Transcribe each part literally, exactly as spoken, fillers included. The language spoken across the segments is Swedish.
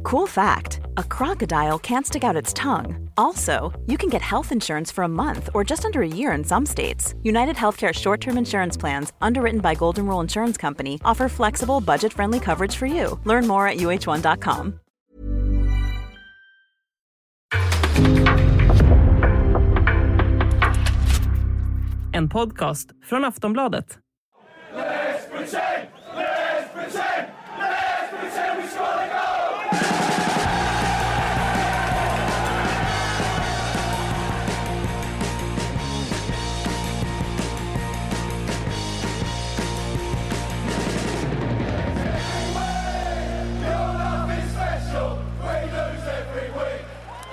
Cool fact, a crocodile can't stick out its tongue. Also, you can get health insurance for a month or just under a year in some states. United Healthcare short-term insurance plans, underwritten by Golden Rule Insurance Company, offer flexible, budget-friendly coverage for you. Learn more at U H one dot com. En podcast från Aftonbladet. Let's pretend! Let's pretend! Let's pretend we score the goal! You're nothing special. We lose every week.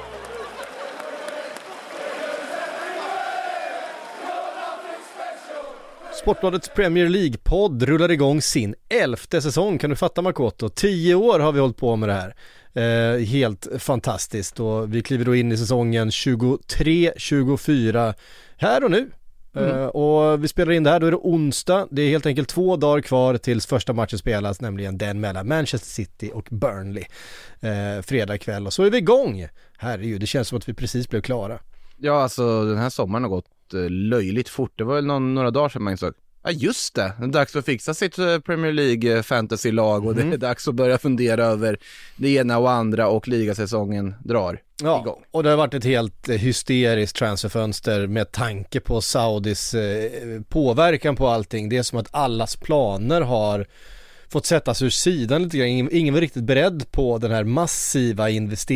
Sportbladets Premier League-podd rullar igång sin elfte säsong. Kan du fatta, Makoto? Tio år har vi hållit på med det här. Eh, helt fantastiskt. Och vi kliver då in i säsongen tjugotre tjugofyra här och nu. Mm. Eh, och vi spelar in det här, då är det onsdag. Det är helt enkelt två dagar kvar tills första matchen spelas, nämligen den mellan Manchester City och Burnley. Eh, fredag kväll. Och så är vi igång. Herregud, det känns som att vi precis blev klara. Ja, alltså den här sommaren har gått löjligt fort. Det var väl någon, några dagar sedan man insåg, ja just det, det är dags att fixa sitt Premier League fantasy-lag och mm. det är dags att börja fundera över det ena och andra och ligasäsongen drar ja, igång. Och det har varit ett helt hysteriskt transferfönster med tanke på Saudis eh, påverkan på allting. Det är som att allas planer har fått sättas ur sidan lite grann. Ingen, ingen var riktigt beredd på den här massiva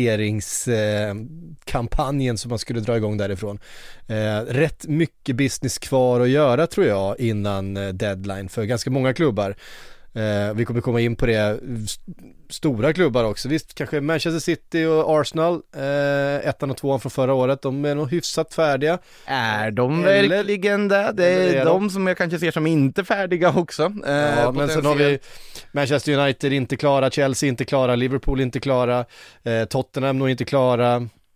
investeringskampanjen eh, som man skulle dra igång därifrån. Eh, rätt mycket business kvar att göra, tror jag, innan eh, deadline för ganska många klubbar. Eh, vi kommer komma in på det. Stora klubbar också. Visst, kanske Manchester City och Arsenal, eh, ettan och tvåan från förra året, de är nog hyfsat färdiga. Är de Eller, verkligen det? Det är, är de, de som jag kanske ser som inte färdiga också. Eh, ja, men sen har vi Manchester United inte klara, Chelsea inte klara, Liverpool inte klara, eh, Tottenham nog inte klara,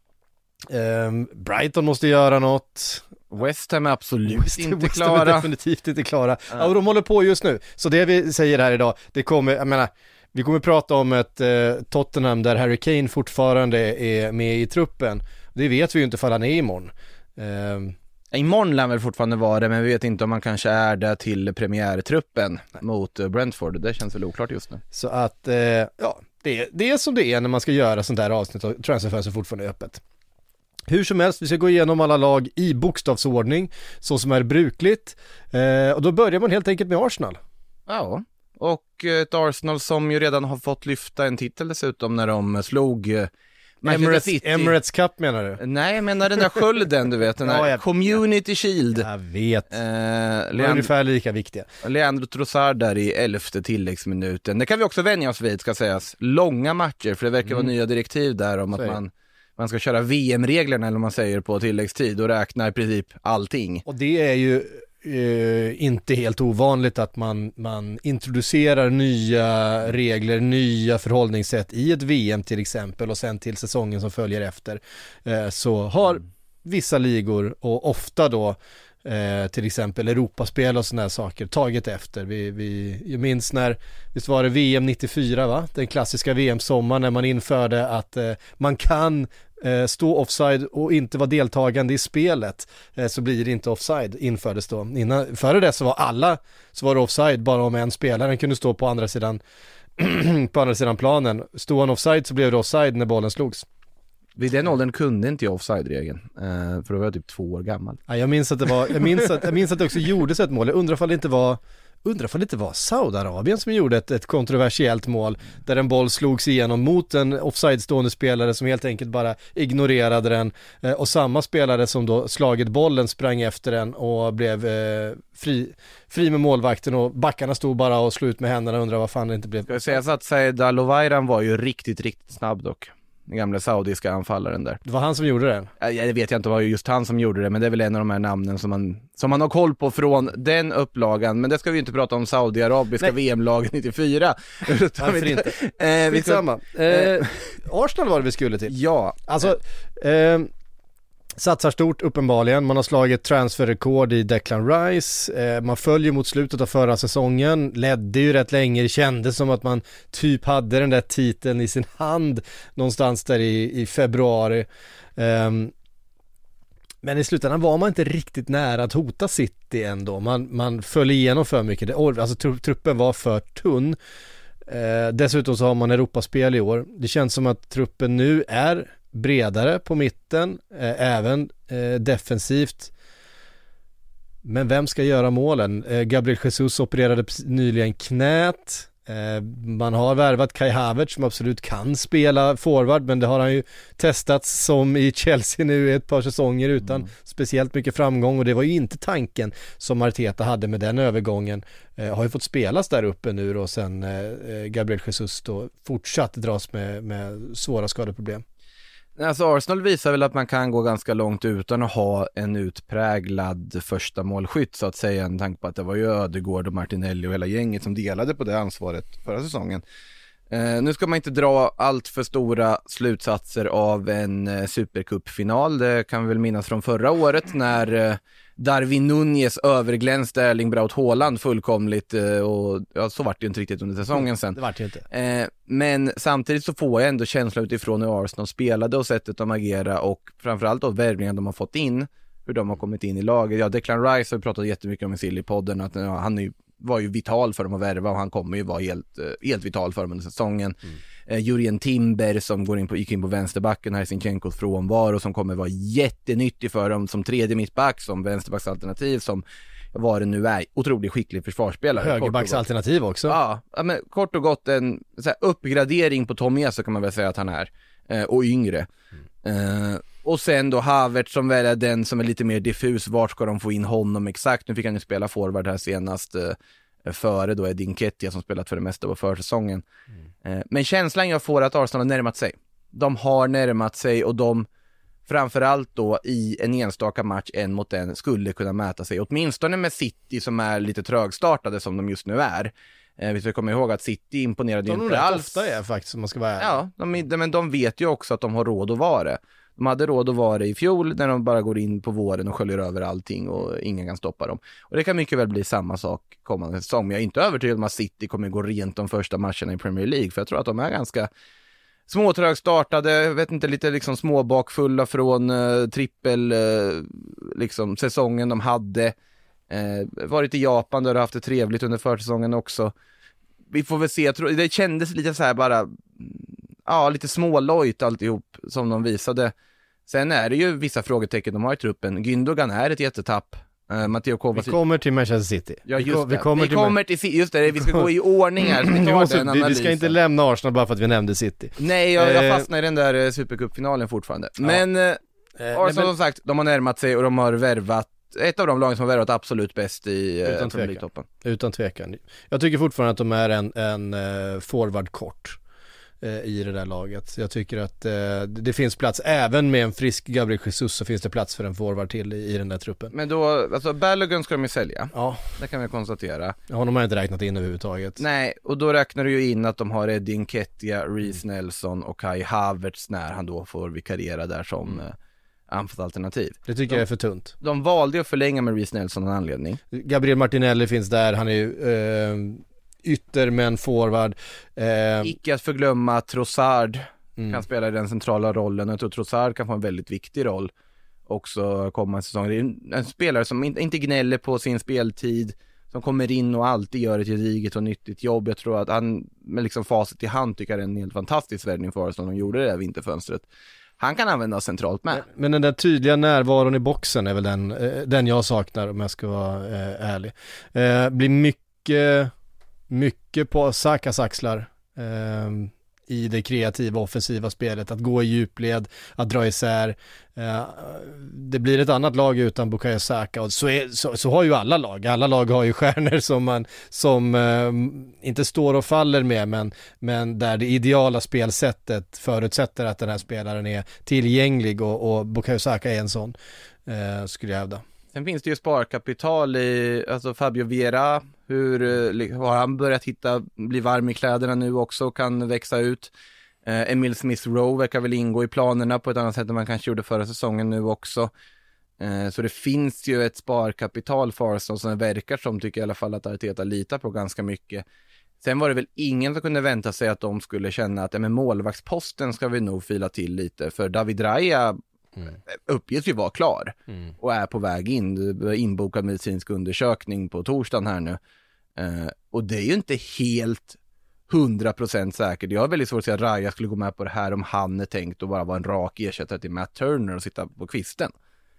eh, Brighton måste göra något. West Ham är absolut West, inte West klara. West Ham är definitivt inte klara. Ja. Ja, och de håller på just nu. Så det vi säger här idag, det kommer, jag menar, vi kommer prata om ett eh, Tottenham där Harry Kane fortfarande är med i truppen. Det vet vi ju inte för han är imorgon. Eh, imorgon lär väl fortfarande vara det, men vi vet inte om man kanske är där till premiärtruppen Nej. mot Brentford. Det känns väl oklart just nu. Så att, eh, ja, det, det är som det är när man ska göra sånt där avsnitt och transferfönstret fortfarande är öppet. Hur som helst, vi ska gå igenom alla lag i bokstavsordning så som är brukligt. Eh, och då börjar man helt enkelt med Arsenal. Ja, och ett Arsenal som ju redan har fått lyfta en titel dessutom när de slog Emirates, Emirates Cup menar du? Nej, jag menar den där skölden, du vet, den där ja, Community Shield. Jag vet. Eh, Leand- ungefär lika viktiga. Leandro Trossard där i elfte tilläggsminuten. Det kan vi också vänja oss vid, ska sägas. Långa matcher, för det verkar mm. vara nya direktiv där om att man man ska köra V M-reglerna, eller man säger, på tilläggstid och räkna i princip allting. Och det är ju eh, inte helt ovanligt att man, man introducerar nya regler, nya förhållningssätt i ett V M till exempel, och sen till säsongen som följer efter. Eh, så har vissa ligor, och ofta då Eh, till exempel Europaspel och såna här saker, tagit efter. Vi, vi, jag minns när, visst var det V M nittiofyra, va? Den klassiska V M-sommaren när man införde att eh, man kan eh, stå offside och inte vara deltagande i spelet, eh, så blir det inte offside, infördes då. Innan, före det så var alla så var det offside bara om en spelare kunde stå på andra sidan på andra sidan planen. Stod han offside så blev det offside när bollen slogs. Vid den åldern kunde inte jag offside-regeln, eh, för då var jag typ två år gammal. Ja, jag minns att det var, jag minns att, jag minns att det också gjordes ett mål. Jag undrar ifall det inte var, undrar ifall det inte var Saudiarabien som gjorde ett, ett kontroversiellt mål där en boll slogs igenom mot en offside-stående spelare som helt enkelt bara ignorerade den, eh, och samma spelare som då slagit bollen sprang efter den och blev eh, fri, fri med målvakten, och backarna stod bara och slog ut med händerna och undrar vad fan det inte blev. Ska jag säga så att Said Al-Owairan var ju riktigt, riktigt snabb dock. Den gamla saudiska anfallaren där. Det var han som gjorde det? Jag vet jag inte, det var just han som gjorde det, men det är väl en av de här namnen som man, som man har koll på från den upplagan. Men det ska vi inte prata om Saudiarabiska V M-lagen nittiofyra. Varför inte? Eh, vi ska, eh, Arsenal var det vi skulle till. Ja. Alltså, eh, Satsar stort uppenbarligen, man har slagit transferrekord i Declan Rice, eh, man följer mot slutet av förra säsongen, ledde ju rätt länge, det kändes som att man typ hade den där titeln i sin hand någonstans där i, i februari. Um, men i slutändan var man inte riktigt nära att hota City ändå, man, man föll igenom för mycket, det, alltså tru, truppen var för tunn. Eh, dessutom så har man Europaspel i år, det känns som att truppen nu är bredare på mitten, eh, även eh, defensivt. Men vem ska göra målen? Eh, Gabriel Jesus opererade nyligen knät. Eh, man har värvat Kai Havertz som absolut kan spela forward, men det har han ju testat som i Chelsea nu i ett par säsonger utan mm. speciellt mycket framgång, och det var ju inte tanken som Arteta hade med den övergången. Eh, har ju fått spelas där uppe nu och sen eh, Gabriel Jesus då fortsatt dras med, med svåra skadeproblem. Alltså Arsenal visar väl att man kan gå ganska långt utan att ha en utpräglad första målskytt, så att säga, en tanke på att det var ju Ödegård och Martinelli och hela gänget som delade på det ansvaret förra säsongen. Eh, nu ska man inte dra allt för stora slutsatser av en eh, supercupfinal. Det kan vi väl minnas från förra året när eh, Darwin Núñez överglänste Erling Braut Haaland fullkomligt, eh, och ja, så var det ju inte riktigt under säsongen sen. Det var det inte. Eh, men samtidigt så får jag ändå känsla utifrån hur Arsenal spelade och sättet de agerar, och framförallt av värvningar de har fått in, hur de har kommit in i laget. Ja, Declan Rice har vi pratat jättemycket om i Silly-podden, att ja, han är ju, var ju vital för dem att värva, och han kommer ju vara helt, helt vital för dem under säsongen. Mm. Eh, Jurien Timber som går in på, gick in på vänsterbacken här i Sinchenkos frånvaro, som kommer vara jättenyttig för dem som tredje mittback, som vänsterbacksalternativ, som vad det nu är, otroligt skicklig försvarsspelare. Högerbacksalternativ också. Ja, men kort och gott en så här, uppgradering på Tomiasso kan man väl säga att han är, eh, och yngre. Mm. Eh, och sen då Havertz som väl är den som är lite mer diffus, vart ska de få in honom exakt? Nu fick han ju spela forward här senast, eh, före då Edin Nketiah som spelat för det mesta på försäsongen. Mm. Eh, men känslan jag får att Arsenal har närmat sig. De har närmat sig, och de framförallt då i en enstaka match en mot en skulle kunna mäta sig åtminstone med City som är lite trögstartade som de just nu är. Eh, vi ska komma ihåg att City imponerade ju inte alls. Ofta är faktiskt, om man ska vara ärlig. Ja, de, men de vet ju också att de har råd att vara det. De hade råd att vara det i fjol när de bara går in på våren och sköljer över allting och ingen kan stoppa dem. Och det kan mycket väl bli samma sak kommande säsong. Men jag är inte övertygad om att City kommer gå rent de första matcherna i Premier League, för jag tror att de är ganska småtrögstartade, jag vet inte, lite liksom småbakfulla från uh, trippel uh, liksom säsongen de hade. Uh, varit i Japan där de haft det trevligt under försäsongen också. Vi får väl se, jag tror, det kändes lite så här bara, ja, lite smålojt alltihop som de visade. Sen är det ju vissa frågetecken de har i truppen. Gündogan är ett jättetapp. Uh, Matteo Kovacic. Vi kommer till Manchester City. Ja, just vi, det. vi kommer, vi till, kommer till just det, vi ska gå i ordning här. Så vi, tar måste, den vi, vi ska inte lämna Arsenal bara för att vi nämnde City. Nej, jag, jag fastnar i den där uh, supercupfinalen fortfarande. Ja. Men uh, Arsenal men... som sagt, de har närmat sig och de har värvat ett av de lagen som har värvat absolut bäst i uh, Premier League-toppen. Utan tvekan. Jag tycker fortfarande att de är en, en uh, forward-kort i det där laget. Jag tycker att eh, det finns plats, även med en frisk Gabriel Jesus så finns det plats för en forward till i, i den där truppen. Men då, alltså Balogun ska de ju sälja. Ja. Det kan vi konstatera. Ja, honom har jag inte räknat in överhuvudtaget. Nej, och då räknar du ju in att de har Edin Nketiah, Reece mm. Nelson och Kai Havertz när han då får vikariera där som mm. anfallsalternativ. Det tycker de, jag är för tunt. De valde att förlänga med Reece Nelson av en anledning. Gabriel Martinelli finns där, han är ju eh, yttermän forward. Eh, Icke att förglömma Trossard mm. kan spela i den centrala rollen. Jag tror Trossard kan få en väldigt viktig roll också kommande säsong. Det är en, en spelare som inte, inte gnäller på sin speltid, som kommer in och alltid gör ett gediget och nyttigt jobb. Jag tror att han med liksom facit i hand tycker det är en helt fantastisk värvning för oss som de gjorde det där vinterfönstret. Han kan användas centralt med. Men den där tydliga närvaron i boxen är väl den, den jag saknar, om jag ska vara eh, ärlig. Eh, blir mycket mycket på Sakas axlar eh, i det kreativa offensiva spelet, att gå i djupled, att dra isär. Eh, det blir ett annat lag utan Bukayo Saka, och så, är, så, så har ju alla lag. Alla lag har ju stjärnor som man som eh, inte står och faller med, men, men där det ideala spelsättet förutsätter att den här spelaren är tillgänglig, och, och Bukayo Saka är en sån, eh, skulle jag hävda. Sen finns det ju sparkapital i, alltså Fabio Vieira, hur har han börjat hitta, bli varm i kläderna nu också och kan växa ut. Eh, Emil Smith Rowe verkar väl ingå i planerna på ett annat sätt än man kanske gjorde förra säsongen nu också. Eh, så det finns ju ett sparkapital för Arsenal som verkar som, tycker i alla fall att Arteta litar på ganska mycket. Sen var det väl ingen som kunde vänta sig att de skulle känna att ja, men målvaktsposten ska vi nog fila till lite. För David Raya mm. uppges ju vara klar mm. och är på väg in. Inbokad medicinsk undersökning på torsdagen här nu. Eh, och det är ju inte helt hundra procent säkert. Jag har väldigt svårt att säga att Raya skulle gå med på det här om han är tänkt att bara vara en rak ersättare till Matt Turner och sitta på kvisten.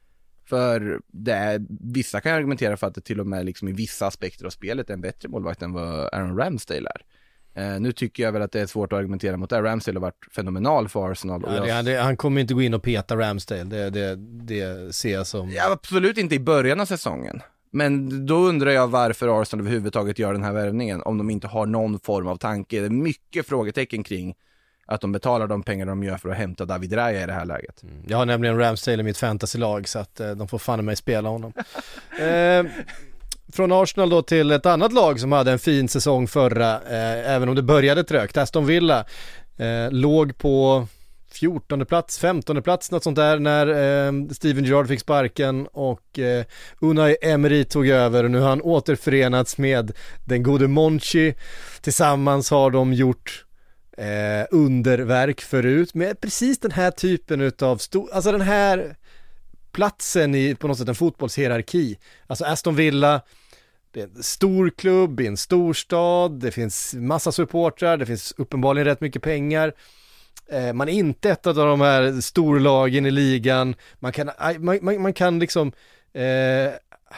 För det är, vissa kan argumentera för att det till och med liksom i vissa aspekter av spelet är en bättre målvakt än vad Aaron Ramsdale är. Eh, nu tycker jag väl att det är svårt att argumentera mot det. Ramsdale har varit fenomenal för Arsenal. Ja, jag... det, han kommer inte gå in och peta Ramsdale, det, det, det ser jag som... Ja, absolut inte i början av säsongen. Men då undrar jag varför Arsenal överhuvudtaget gör den här värvningen om de inte har någon form av tanke. Det är mycket frågetecken kring att de betalar de pengar de gör för att hämta David Raya i det här läget. Mm. Jag har nämligen Ramsdale i mitt fantasylag så att eh, de får fan mig spela honom. eh, från Arsenal då till ett annat lag som hade en fin säsong förra, eh, även om det började trögt. Aston Villa eh, låg på fjortonde plats, femtonde plats, något sånt där när eh, Steven Gerrard fick sparken och eh, Unai Emery tog över och nu har han återförenats med den gode Monchi. Tillsammans har de gjort Eh, underverk förut med precis den här typen utav sto- alltså den här platsen i på något sätt en fotbollshierarki. Alltså Aston Villa, det är en stor klubb i en storstad, det finns massa supportrar, det finns uppenbarligen rätt mycket pengar. Eh, man är inte ett av de här storlagen i ligan. Man kan, man, man, man kan liksom eh,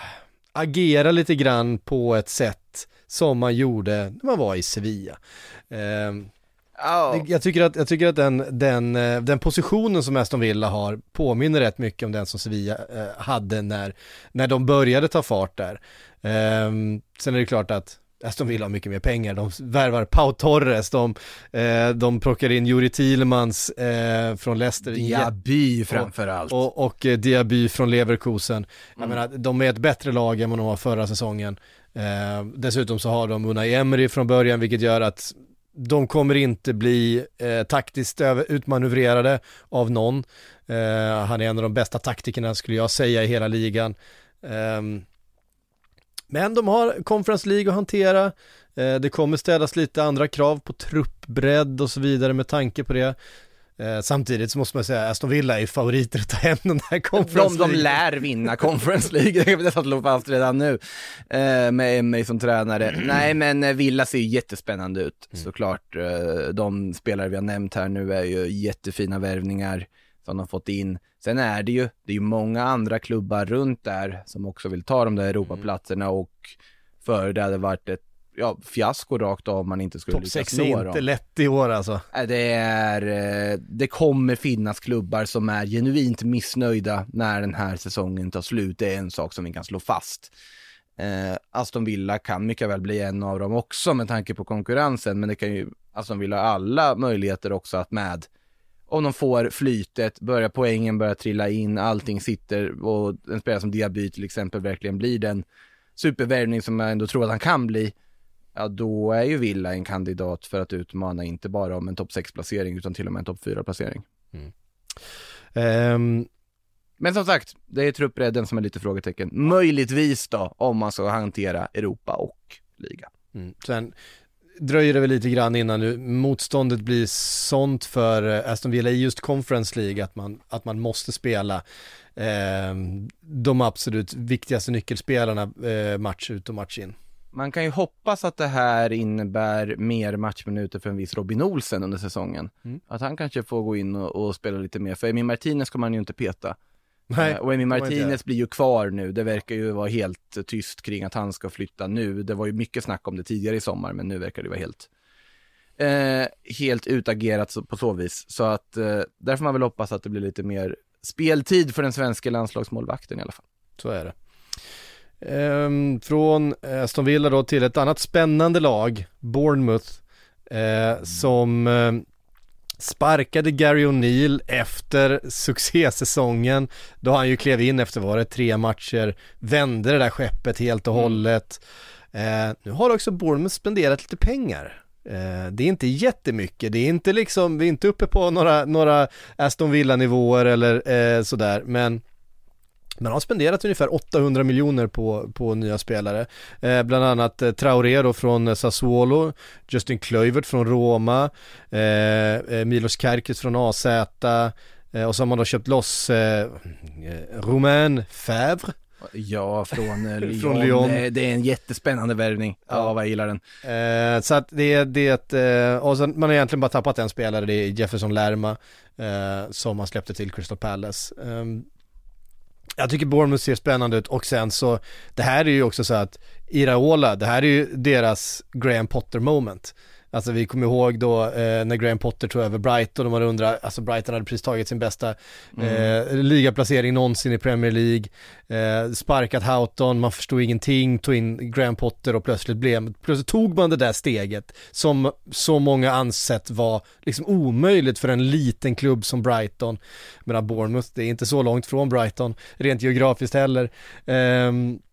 agera lite grann på ett sätt som man gjorde när man var i Sevilla. Eh, Oh. Jag tycker att, jag tycker att den, den, den positionen som Aston Villa har påminner rätt mycket om den som Sevilla eh, hade när, när de började ta fart där. Eh, sen är det klart att Aston Villa har mycket mer pengar. De värvar Pau Torres, de, eh, de plockar in Juri Tielemans eh, från Leicester. Diaby framförallt. Och, och, och eh, Diaby från Leverkusen. Mm. Jag menar, de är ett bättre lag än vad de var förra säsongen. Eh, dessutom så har de Unai Emery från början, vilket gör att de kommer inte bli eh, taktiskt över, utmanövrerade av någon. Eh, han är en av de bästa taktikerna skulle jag säga i hela ligan. Eh, men de har Conference League att hantera. Eh, det kommer ställas lite andra krav på truppbredd och så vidare med tanke på det. Eh, samtidigt så måste man säga att Aston Villa är favoriter att ta hem den här Conference de, League. De lär vinna Conference League, det kan vi nästan slå fast redan nu eh, med M A som tränare. Mm. Nej, men Villa ser ju jättespännande ut mm. såklart. Eh, de spelare vi har nämnt här nu är ju jättefina värvningar som de har fått in. Sen är det ju, det är ju många andra klubbar runt där som också vill ta de där Europaplatserna och för det hade varit ett ja, fiasko rakt av om man inte skulle lyckas nå dem. Topp sex är inte lätt i år alltså. Det är, det kommer finnas klubbar som är genuint missnöjda när den här säsongen tar slut. Det är en sak som vi kan slå fast. Eh, Aston Villa kan mycket väl bli en av dem också med tanke på konkurrensen, men det kan ju Aston Villa alla möjligheter också att med om de får flytet, börjar poängen börja trilla in, allting sitter och en spelare som Diaby till exempel verkligen blir den supervärvning som jag ändå tror att han kan bli. Ja, då är ju Villa en kandidat för att utmana inte bara om en topp sex-placering utan till och med en topp fyra-placering. Mm. Um... Men som sagt, det är truppbredden som är lite frågetecken. Möjligtvis då, om man ska hantera Europa och liga. Mm. Sen dröjer det väl lite grann innan nu motståndet blir sånt för Aston Villa i just Conference League att man, att man måste spela eh, de absolut viktigaste nyckelspelarna eh, match ut och match in. Man kan ju hoppas att det här innebär mer matchminuter för en viss Robin Olsen under säsongen. Mm. Att han kanske får gå in och, och spela lite mer. För Emi Martinez kommer man ju inte peta. Nej, och Emi Martinez blir ju kvar nu. Det verkar ju vara helt tyst kring att han ska flytta nu. Det var ju mycket snack om det tidigare i sommar, men nu verkar det vara helt eh, helt utagerat på så vis. Så att eh, där får man väl hoppas att det blir lite mer speltid för den svenska landslagsmålvakten i alla fall. Så är det. Um, från Aston Villa då till ett annat spännande lag, Bournemouth, eh, som eh, sparkade Gary O'Neill efter succésäsongen då han ju klev in efter var det tre matcher, vände det där skeppet helt och hållet. Eh, nu har också Bournemouth spenderat lite pengar. Eh, det är inte jättemycket, det är inte liksom, vi är inte uppe på några, några Aston Villa-nivåer eller eh, sådär, men man har spenderat ungefär åttahundra miljoner på, på nya spelare. Eh, bland annat eh, Traoré då från Sassuolo, Justin Kluivert från Roma, eh, Milos Kerkez från A Z, eh, och så har man då köpt loss eh, Romain Favre. Ja, från eh, Lyon. Från Lyon. Det, det är en jättespännande värvning. Ja, ja, vad jag gillar den. Eh, så att det är det, eh, och sen, man har egentligen bara tappat en spelare, det är Jefferson Lerma, eh, som man släppte till Crystal Palace. Eh, Jag tycker Bournemouth ser spännande ut, och sen så, det här är ju också så att Iraola, det här är ju deras Graham Potter moment. Alltså vi kommer ihåg då eh, när Graham Potter tog över Brighton och man undrar, alltså Brighton hade precis tagit sin bästa mm. eh, ligaplacering någonsin i Premier League, eh, sparkat Houghton, man förstod ingenting, tog in Graham Potter och plötsligt blev, plötsligt tog man det där steget som så många ansett var liksom omöjligt för en liten klubb som Brighton. Men Bournemouth, det är inte så långt från Brighton rent geografiskt heller. Eh,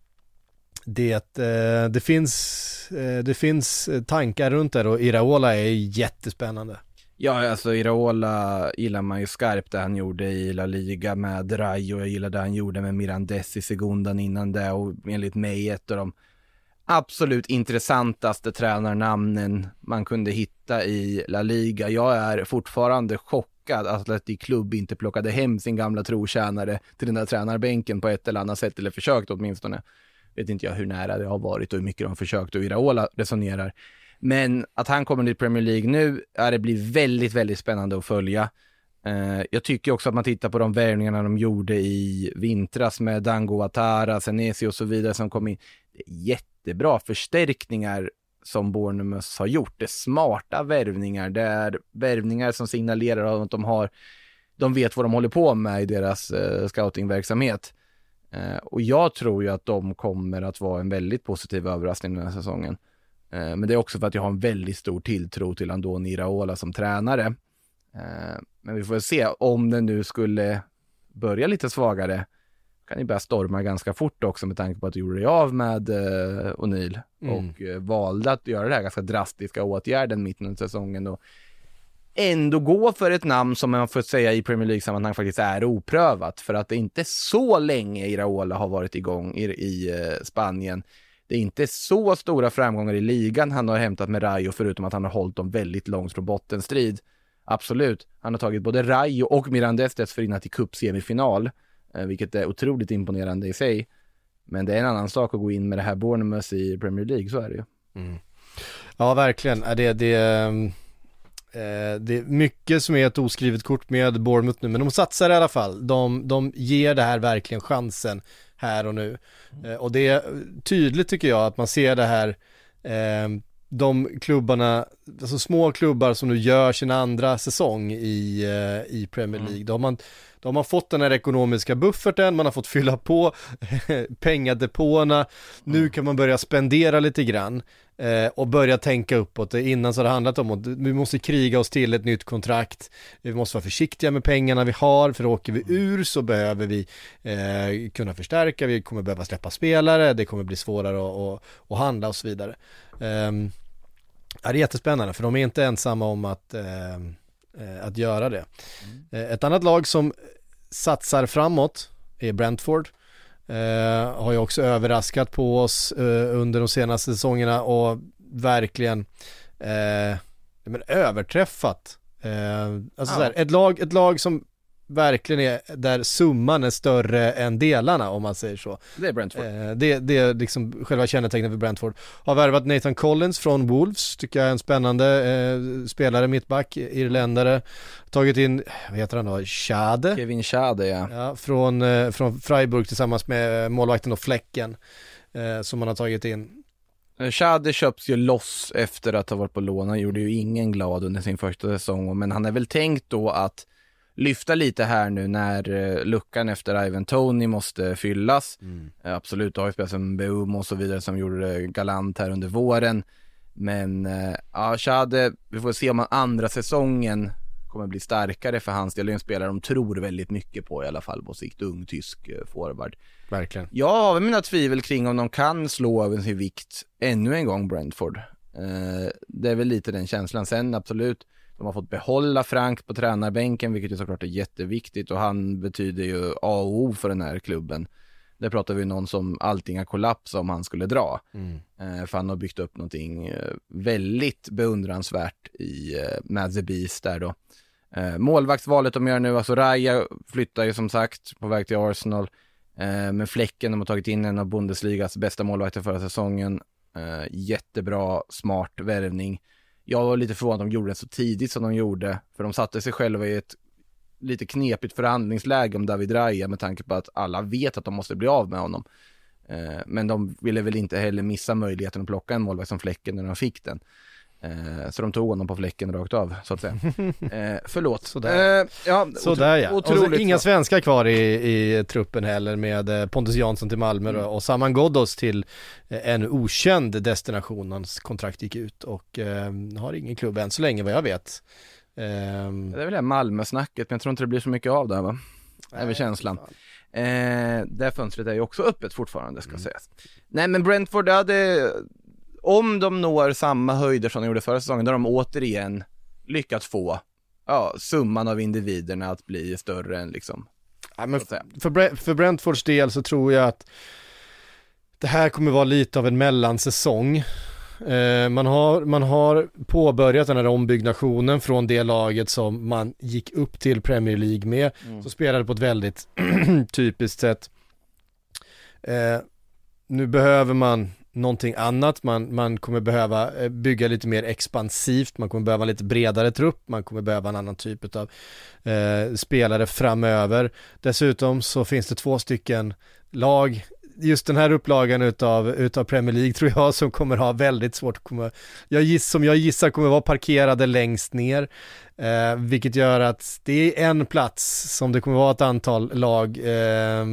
Det, eh, det, finns, eh, det finns tankar runt det, och Iraola är jättespännande. Ja, alltså Iraola gillar man ju skarpt, det han gjorde i La Liga med Rayo, jag gillar det han gjorde med Mirandes i segundan innan det, och enligt mig ett av de absolut intressantaste tränarnamnen man kunde hitta i La Liga. Jag är fortfarande chockad att Athletic Club inte plockade hem sin gamla trotjänare till den där tränarbänken på ett eller annat sätt, eller försökt åtminstone. Vet inte jag hur nära det har varit och hur mycket de försökt, och Iraola resonerar. Men att han kommer till Premier League nu, är det blir väldigt, väldigt spännande att följa. Eh, jag tycker också att man tittar på de värvningarna de gjorde i vintras med Dango Ouattara, Senesi och så vidare som kom in. Det är jättebra förstärkningar som Bournemouth har gjort. Det är smarta värvningar. Det är värvningar som signalerar att de har, de vet vad de håller på med i deras eh, scoutingverksamhet. Uh, och jag tror ju att de kommer att vara en väldigt positiv överraskning den här säsongen. Uh, men det är också för att jag har en väldigt stor tilltro till Andoni Iraola som tränare. Uh, men vi får se om det nu skulle börja lite svagare. Kan ju börja storma ganska fort också, med tanke på att du gjorde det av med uh, O'Neill mm. och uh, valde att göra det här ganska drastiska åtgärden mitten av säsongen och ändå gå för ett namn som man får säga i Premier League-sammanhang faktiskt är oprövat, för att det inte så länge Iraola har varit igång i, i eh, Spanien. Det är inte så stora framgångar i ligan han har hämtat med Rayo, förutom att han har hållit dem väldigt långt från bottenstrid. Absolut, han har tagit både Rayo och Mirandes dessförinnan till cupsemifinal, eh, vilket är otroligt imponerande i sig. Men det är en annan sak att gå in med det här Bournemouth i Premier League, så är det ju. Mm. Ja, verkligen. Det, det, eh, det är mycket som är ett oskrivet kort med Bournemouth nu, men de satsar i alla fall. De, de ger det här verkligen chansen här och nu. Eh, och det är tydligt, tycker jag, att man ser det här, eh, de klubbarna, alltså små klubbar som nu gör sin andra säsong i, eh, i Premier League. Mm. Då har man Då har man fått den här ekonomiska bufferten, man har fått fylla på pengadepåerna. Nu kan man börja spendera lite grann eh, och börja tänka uppåt. Innan så har det handlat om att vi måste kriga oss till ett nytt kontrakt. Vi måste vara försiktiga med pengarna vi har, för åker vi ur så behöver vi eh, kunna förstärka. Vi kommer behöva släppa spelare, det kommer bli svårare att, att, att handla och så vidare. Eh, det är jättespännande, för de är inte ensamma om att... Eh, att göra det. Mm. Ett annat lag som satsar framåt är Brentford. Eh, har ju också överraskat på oss eh, under de senaste säsongerna och verkligen eh, men överträffat. Eh, alltså ja. så här, ett, lag, ett lag som verkligen är där summan är större än delarna, om man säger så. Det är Brentford. Eh, det, det är liksom själva kännetecknet för Brentford. Har värvat Nathan Collins från Wolves, tycker jag är en spännande eh, spelare, mittback, irländare. Tagit in, vad heter han då? Schade. Kevin Schade, ja. ja från, eh, från Freiburg tillsammans med målvakten och Fläcken eh, som man har tagit in. Schade köps ju loss efter att ha varit på lån. Han gjorde ju ingen glad under sin första säsong, men han är väl tänkt då att lyfta lite här nu när uh, luckan efter Ivan Toney måste fyllas. Mm. Uh, absolut, det har ju spelat som Beum och så vidare som gjorde det galant här under våren. Men uh, ja, Schade, vi får se om han andra säsongen kommer bli starkare för hans del. Det är en spelare de tror väldigt mycket på, i alla fall på sikt, ung tysk uh, forward. Verkligen. Jag har mina tvivel kring om de kan slå över sin vikt ännu en gång, Brentford. Eh, det är väl lite den känslan. Sen absolut, de har fått behålla Frank på tränarbänken, vilket ju såklart är jätteviktigt, och han betyder ju A och O för den här klubben. Där pratar vi någon som allting har kollapsat om han skulle dra. Mm. Eh, för han har byggt upp någonting eh, väldigt beundransvärt i eh, Mad the Beast där då. Eh, målvaktsvalet de gör nu, alltså Raya flyttar ju som sagt på väg till Arsenal. Eh, med Fläcken, de har tagit in en av Bundesligas bästa målvakter förra säsongen. Eh, jättebra, smart värvning. Jag var lite förvånad att de gjorde det så tidigt som de gjorde. För de satte sig själva i ett lite knepigt förhandlingsläge om David Raya med tanke på att alla vet att de måste bli av med honom. Eh, men de ville väl inte heller missa möjligheten att plocka en målvakt som Fläcken när de fick den. Eh, så de tog honom på Fläcken rakt av, så att säga. Eh, förlåt. Sådär. Eh, ja, Sådär ja. Otroligt. Och så inga svenskar kvar i, i truppen heller, med Pontus Jansson till Malmö mm. och Saman Ghoddos till en okänd destination. Hans kontrakt gick ut och eh, har ingen klubb än så länge vad jag vet. Eh, det är väl det Malmö-snacket, men jag tror inte det blir så mycket av det här, va? Nej, över känslan. Eh, det fönstret är ju också öppet fortfarande, ska mm. sägas. Nej, men Brentford hade... Om de når samma höjder som de gjorde förra säsongen, där de återigen lyckats få ja, summan av individerna att bli större än liksom... Ja, men för, Bre- för Brentfords del så tror jag att det här kommer vara lite av en mellansäsong. Eh, man, har, man har påbörjat den här ombyggnationen från det laget som man gick upp till Premier League med, mm. så spelade på ett väldigt typiskt sätt. Eh, nu behöver man någonting annat, man, man kommer behöva bygga lite mer expansivt, man kommer behöva en lite bredare trupp, man kommer behöva en annan typ av eh, spelare framöver. Dessutom så finns det två stycken lag, just den här upplagan utav, utav Premier League tror jag, som kommer ha väldigt svårt att komma, jag giss, som jag gissar kommer vara parkerade längst ner, eh, vilket gör att det är en plats som det kommer vara ett antal lag eh,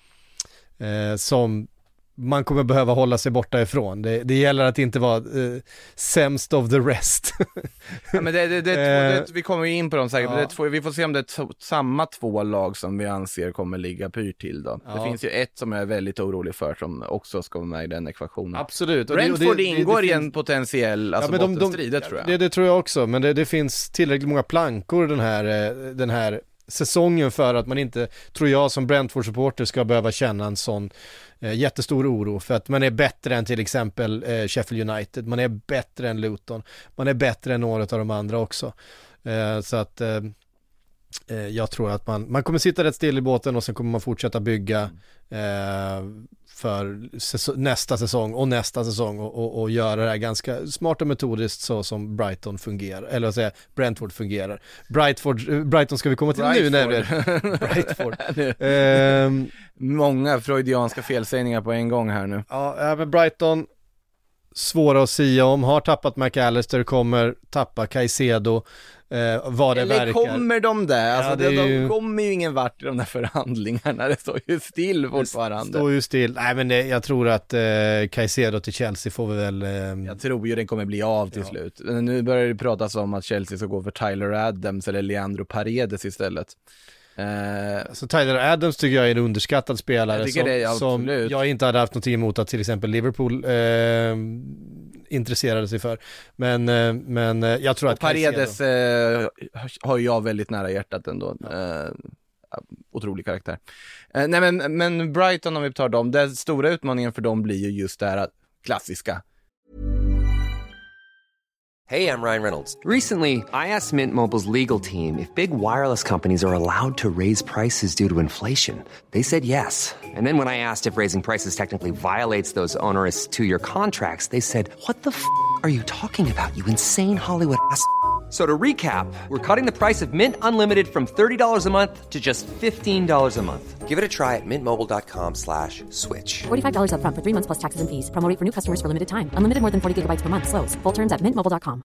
eh, som man kommer behöva hålla sig borta ifrån. Det, det gäller att inte vara uh, sämst of the rest. Ja, men det, det, det, det, vi kommer ju in på dem säkert. Ja. Det två, vi får se om det är t- samma två lag som vi anser kommer ligga pyrt till då. Ja. Det finns ju ett som jag är väldigt orolig för som också ska vara med i den ekvationen. Absolut. Brentford det, det, ingår det, det i en finns... potentiell alltså ja, bottenstrid, det tror jag. Det, det tror jag också, men det, det finns tillräckligt många plankor den här, den här säsongen för att man inte, tror jag som Brentford-supporter, ska behöva känna en sån eh, jättestor oro, för att man är bättre än till exempel eh, Sheffield United, man är bättre än Luton, man är bättre än några av de andra också. Eh, så att eh, eh, jag tror att man, man kommer sitta rätt still i båten och sen kommer man fortsätta bygga eh, för säs- nästa säsong och nästa säsong och, och, och göra det här ganska smart och metodiskt, så som Brighton fungerar, eller vad säger Brentford fungerar. Brightford, Brighton ska vi komma till Brightford. nu nämligen. Brightford. um, Många freudianska felsägningar på en gång här nu. Ja, men Brighton, svåra att sia om, har tappat McAllister, kommer tappa Caicedo. Eh, vad det Eller verkar. kommer de där? Alltså ja, det, de ju... kommer ju ingen vart i de där förhandlingarna. Det står ju still fortfarande. Det står ju still. Nej, men det, jag tror att eh, Caicedo till Chelsea får vi väl... Eh... Jag tror ju den kommer bli av till ja. slut. Nu börjar det pratas om att Chelsea ska gå för Tyler Adams eller Leandro Paredes istället. Eh... Så Tyler Adams tycker jag är en underskattad spelare jag som, det, som jag inte hade haft någonting emot att till exempel Liverpool eh, intresserade sig för. Men, eh, men jag tror och att Paredes eh, har jag väldigt nära hjärtat ändå. Ja. Eh, otrolig karaktär. Eh, nej men, men Brighton, om vi tar dem, den stora utmaningen för dem blir ju just det här klassiska. Hey, I'm Ryan Reynolds. Recently, I asked Mint Mobile's legal team if big wireless companies are allowed to raise prices due to inflation. They said yes. And then when I asked if raising prices technically violates those onerous two-year contracts, they said, what the f*** are you talking about, you insane Hollywood ass f- So to recap, we're cutting the price of Mint Unlimited from thirty dollars a month to just fifteen dollars a month. Give it a try at mintmobile.com slash switch. forty-five dollars up front for three months plus taxes and fees. Promo rate for new customers for limited time. Unlimited more than forty gigabytes per month. Slows full terms at mint mobile dot com.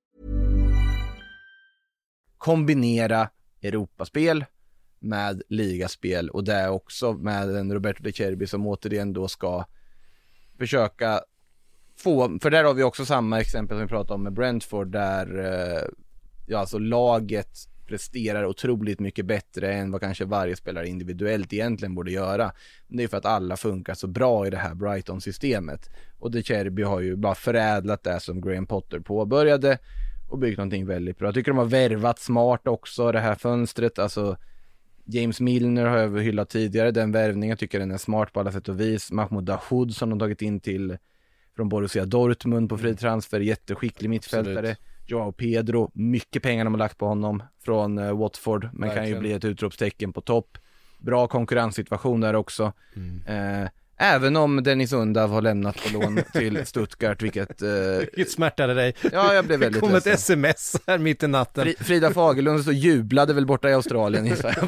Kombinera Europaspel med ligaspel, och det också med en Roberto De Cherbi som återigen då ska försöka få, för där har vi också samma exempel som vi pratade om med Brentford, där ja, alltså laget presterar otroligt mycket bättre än vad kanske varje spelare individuellt egentligen borde göra. Det är för att alla funkar så bra i det här Brighton-systemet. Och De Cherby har ju bara förädlat det som Graham Potter påbörjade och byggt någonting väldigt bra. Jag tycker de har värvat smart också det här fönstret. Alltså James Milner har jag hyllat tidigare, den värvningen. Jag tycker den är smart på alla sätt och vis. Mahmoud Dahoud som de tagit in till från Borussia Dortmund på fri transfer, jätteskicklig mittfältare. Absolut. Joao Pedro, mycket pengar de har lagt på honom från uh, Watford, men verkligen. Kan ju bli ett utropstecken på topp. Bra konkurrenssituation där också. Mm. Eh, även om Dennis Undav har lämnat på lån till Stuttgart, vilket... Eh, vilket smärtade dig. Ja, jag blev väldigt ledsen. Det kom ett sms här mitt i natten. Fri, Frida Fagerlund så jublade väl borta i Australien i Sverige.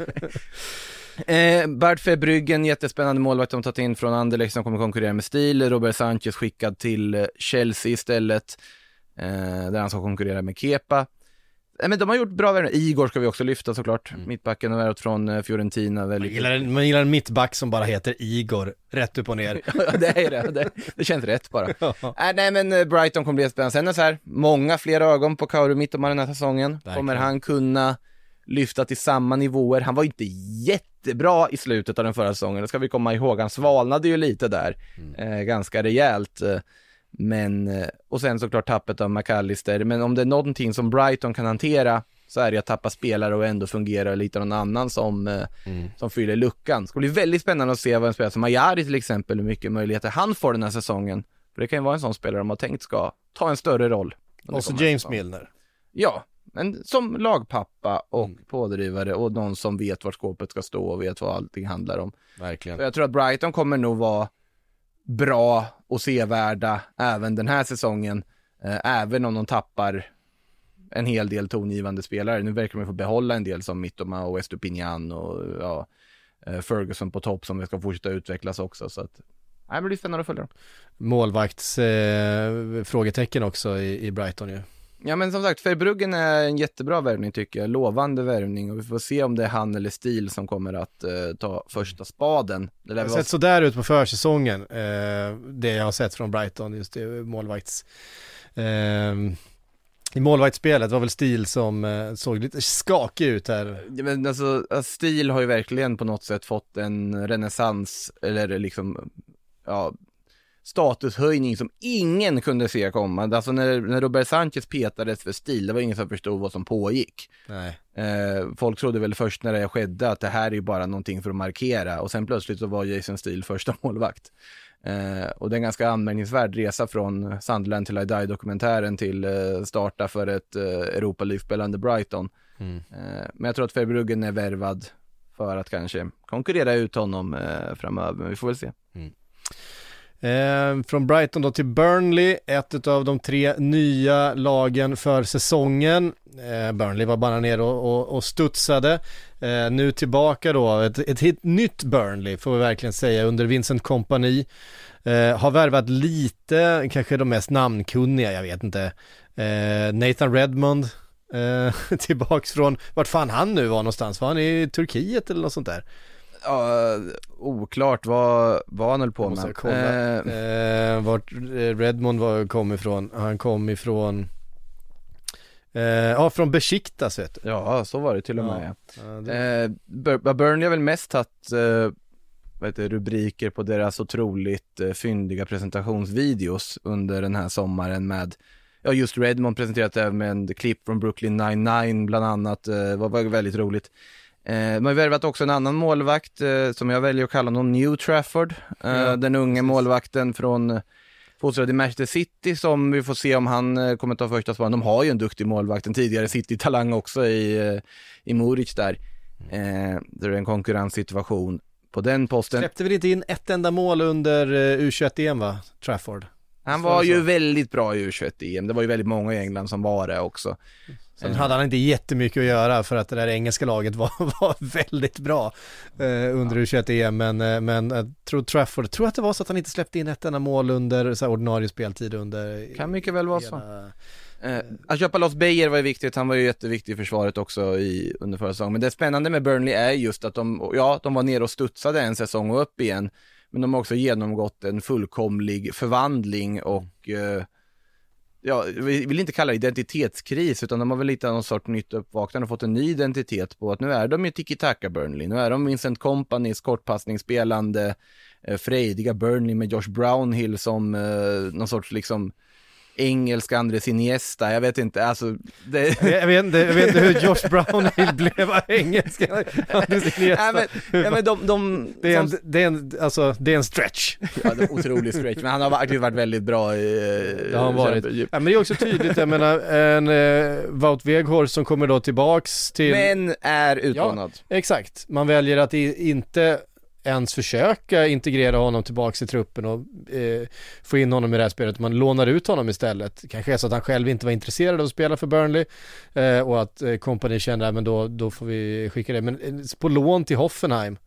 Eh, Bart Verbruggen, jättespännande målvakt de tagit in från Anderlecht som kommer konkurrera med stil. Robert Sanchez skickad till Chelsea istället, eh, där han ska konkurrera med Kepa. Eh, men de har gjort bra värvningar. Igor ska vi också lyfta såklart. Mm. Mittbacken har varit från eh, Fiorentina. Väldigt... Man, gillar, man gillar en mittback som bara heter Igor, rätt upp och ner. Ja, det är det. det. Det känns rätt bara. Ja. äh, nej men eh, Brighton kommer bli spännande. Sen är så här, många fler ögon på Kaoru Mitoma den här säsongen. Verkligen. Kommer han kunna lyfta till samma nivåer? Han var inte jättebra i slutet av den förra säsongen, det ska vi komma ihåg. Han svalnade ju lite där, mm. eh, ganska rejält. Eh, men, eh, och sen såklart tappet av McAllister. Men om det är någonting som Brighton kan hantera så är det att tappa spelare och ändå fungera lite någon annan som, eh, mm. som fyller luckan. Det ska bli väldigt spännande att se vad en spelare som Ajari till exempel, hur mycket möjligheter han får den här säsongen. För det kan ju vara en sån spelare de har tänkt ska ta en större roll. Och så James Milner. Ja, men som lagpappa och mm. pådrivare och någon som vet var skåpet ska stå och vet vad allting handlar om. Verkligen. Så jag tror att Brighton kommer nog vara bra och sevärda även den här säsongen, eh, även om de tappar en hel del tongivande spelare. Nu verkar man få behålla en del som Mitoma och Estupinian och ja, eh, Ferguson på topp som ska fortsätta utvecklas också. Så att, nej, det blir spännande att följa dem. Målvakts eh, frågetecken också i, i Brighton ju. Ja, men som sagt, Verbruggen är en jättebra värvning tycker jag, lovande värvning, och vi får se om det är han eller Stil som kommer att uh, ta första spaden. Det har sett så där ut på försäsongen, uh, det jag har sett från Brighton, just det, målvakts uh, i målvaktsspelet var väl Stil som uh, såg lite skakig ut här. Ja, men alltså, Stil har ju verkligen på något sätt fått en renässans, eller liksom, ja, statushöjning som ingen kunde se komma. Alltså när, när Robert Sanchez petades för Stil, det var ingen som förstod vad som pågick. Nej. Eh, folk trodde väl först när det skedde att det här är ju bara någonting för att markera, och sen plötsligt så var Jason Steele första målvakt. Eh, och det är en ganska anmärkningsvärd resa från Sunderland till I Die-dokumentären till eh, starta för ett eh, Europa League-spelande Brighton. Mm. Eh, men jag tror att Verbruggen är värvad för att kanske konkurrera ut honom eh, framöver, men vi får väl se. Mm. Eh, från Brighton då till Burnley, ett av de tre nya lagen för säsongen. eh, Burnley var bara ner och, och, och studsade, eh, nu tillbaka då ett, ett, ett nytt Burnley får vi verkligen säga under Vincent Kompany. eh, har värvat lite, kanske de mest namnkunniga, jag vet inte, eh, Nathan Redmond eh, tillbaks från, vart fan han nu var någonstans, var han i Turkiet eller något sånt där? Ja, oklart vad, vad han höll på med. Eh, eh, vart Redmond var, kom ifrån. Han kom ifrån eh, ja, från Besiktas, vet du. Ja, så var det till och med. Ja. Ja, det... eh, Bur- Burnley har väl mest haft eh, vad heter, rubriker på deras otroligt eh, fyndiga presentationsvideos under den här sommaren med, ja, just Redmond presenterat även med en klipp från Brooklyn Nine-Nine bland annat. eh, var, var väldigt roligt. Eh, man har värvat också en annan målvakt eh, som jag väljer att kalla honom New Trafford. Eh, ja, den unge målvakten från fostrad i Manchester City, som vi får se om han eh, kommer ta första spaden. De har ju en duktig målvakt, en tidigare City-talang också i, eh, i Moric där. Eh, det är en konkurrenssituation på den posten. Släppte väl inte in ett enda mål under eh, U tjugoett-E M va, Trafford? Han var ju väldigt bra i U tjugoett-E M. Det var ju väldigt många i England som var det också. Sen hade han inte jättemycket att göra för att det där engelska laget var, var väldigt bra eh, under U tjugoett-E M, men, eh, men jag tror Trafford, jag tror att det var så att han inte släppte in ett enda mål under så här, ordinarie speltid under. Kan mycket väl vara hela... så. Eh, att köpa Loss Beyer var ju viktigt, han var ju jätteviktig i försvaret också i, under förra säsongen. Men det spännande med Burnley är just att de, ja, de var nere och studsade en säsong och upp igen, men de har också genomgått en fullkomlig förvandling och eh, ja, vi vill inte kalla det identitetskris, utan de har väl lite någon sorts nytt uppvaknande och fått en ny identitet på att nu är de ju tiki-taka Burnley, nu är de Vincent Kompanys kortpassningsspelande eh, frejdiga Burnley med Josh Brownhill som eh, någon sorts liksom engelsk Andres Iniesta, jag vet inte, alltså det... jag, vet inte, jag vet inte hur Josh Brownhill blev engelsk Andres Iniesta. Nej, men, ja, men de, de, det, är en, som... det, är en, alltså, det är en stretch. Ja, det är en otrolig stretch, men han har varit, varit väldigt bra i... Det har han varit. Ja, men det är också tydligt, jag menar, en uh, Wout Weghorst som kommer då tillbaks till... Men är utmanad. Ja, exakt. Man väljer att i, inte... ens försöka integrera honom tillbaka i truppen och eh, få in honom i det här spelet. Man lånar ut honom istället. Kanske är så att han själv inte var intresserad av att spela för Burnley eh, och att eh, kompani kände att då, då får vi skicka det. Men eh, på lån till Hoffenheim.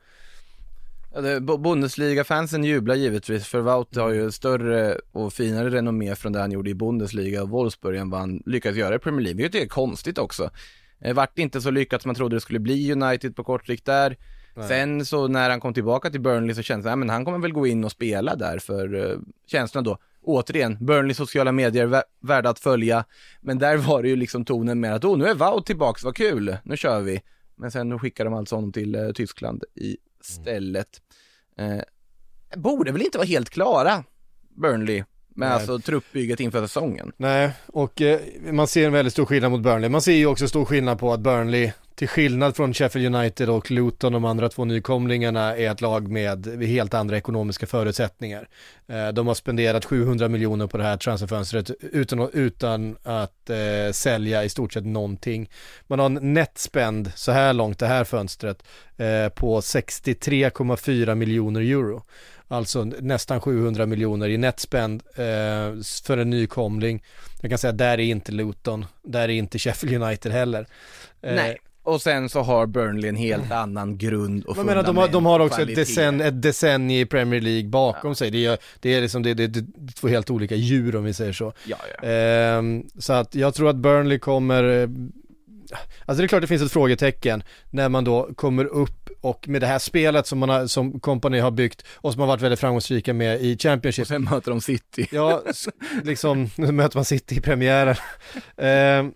Ja, det, Bundesliga-fansen jublar givetvis, för Wout har ju större och finare renommé från det han gjorde i Bundesliga och Wolfsburg än vad han lyckades göra i Premier League. Vilket är konstigt också. Det vart inte så lyckat som man trodde det skulle bli United på kort sikt där. Nej. Sen så när han kom tillbaka till Burnley så känns det, ja, men han kommer väl gå in och spela där, för uh, känslan då, återigen, Burnley sociala medier vä- värda att följa, men där var det ju liksom tonen med att oh, nu är Wout tillbaka, vad kul, nu kör vi. Men sen skickar de alltså honom till uh, Tyskland istället. Mm. Uh, borde väl inte vara helt klara Burnley med alltså truppbygget inför säsongen. Nej, och eh, man ser en väldigt stor skillnad mot Burnley. Man ser ju också stor skillnad på att Burnley, till skillnad från Sheffield United och Luton, de andra två nykomlingarna, är ett lag med helt andra ekonomiska förutsättningar. Eh, de har spenderat sjuhundra miljoner på det här transferfönstret utan, utan att eh, sälja i stort sett någonting. Man har en netspend så här långt det här fönstret eh, på sextiotre komma fyra miljoner euro. Alltså nästan sjuhundra miljoner i netspend eh, för en nykomling. Jag kan säga att där är inte Luton, där är inte Sheffield United heller. Eh, Nej, och sen så har Burnley en helt annan grund och fundament. De har, de har också ett, decen, ett decennium i Premier League bakom ja. sig. Det är, det är liksom det, det, det, det två helt olika djur, om vi säger så. Ja, ja. Eh, så att jag tror att Burnley kommer... Alltså det är klart det finns ett frågetecken när man då kommer upp och med det här spelet som man har, som Kompany har byggt och som har varit väldigt framgångsrika med i Championship. Och sen möter de City. Ja, liksom nu möter man City i premiären. eh,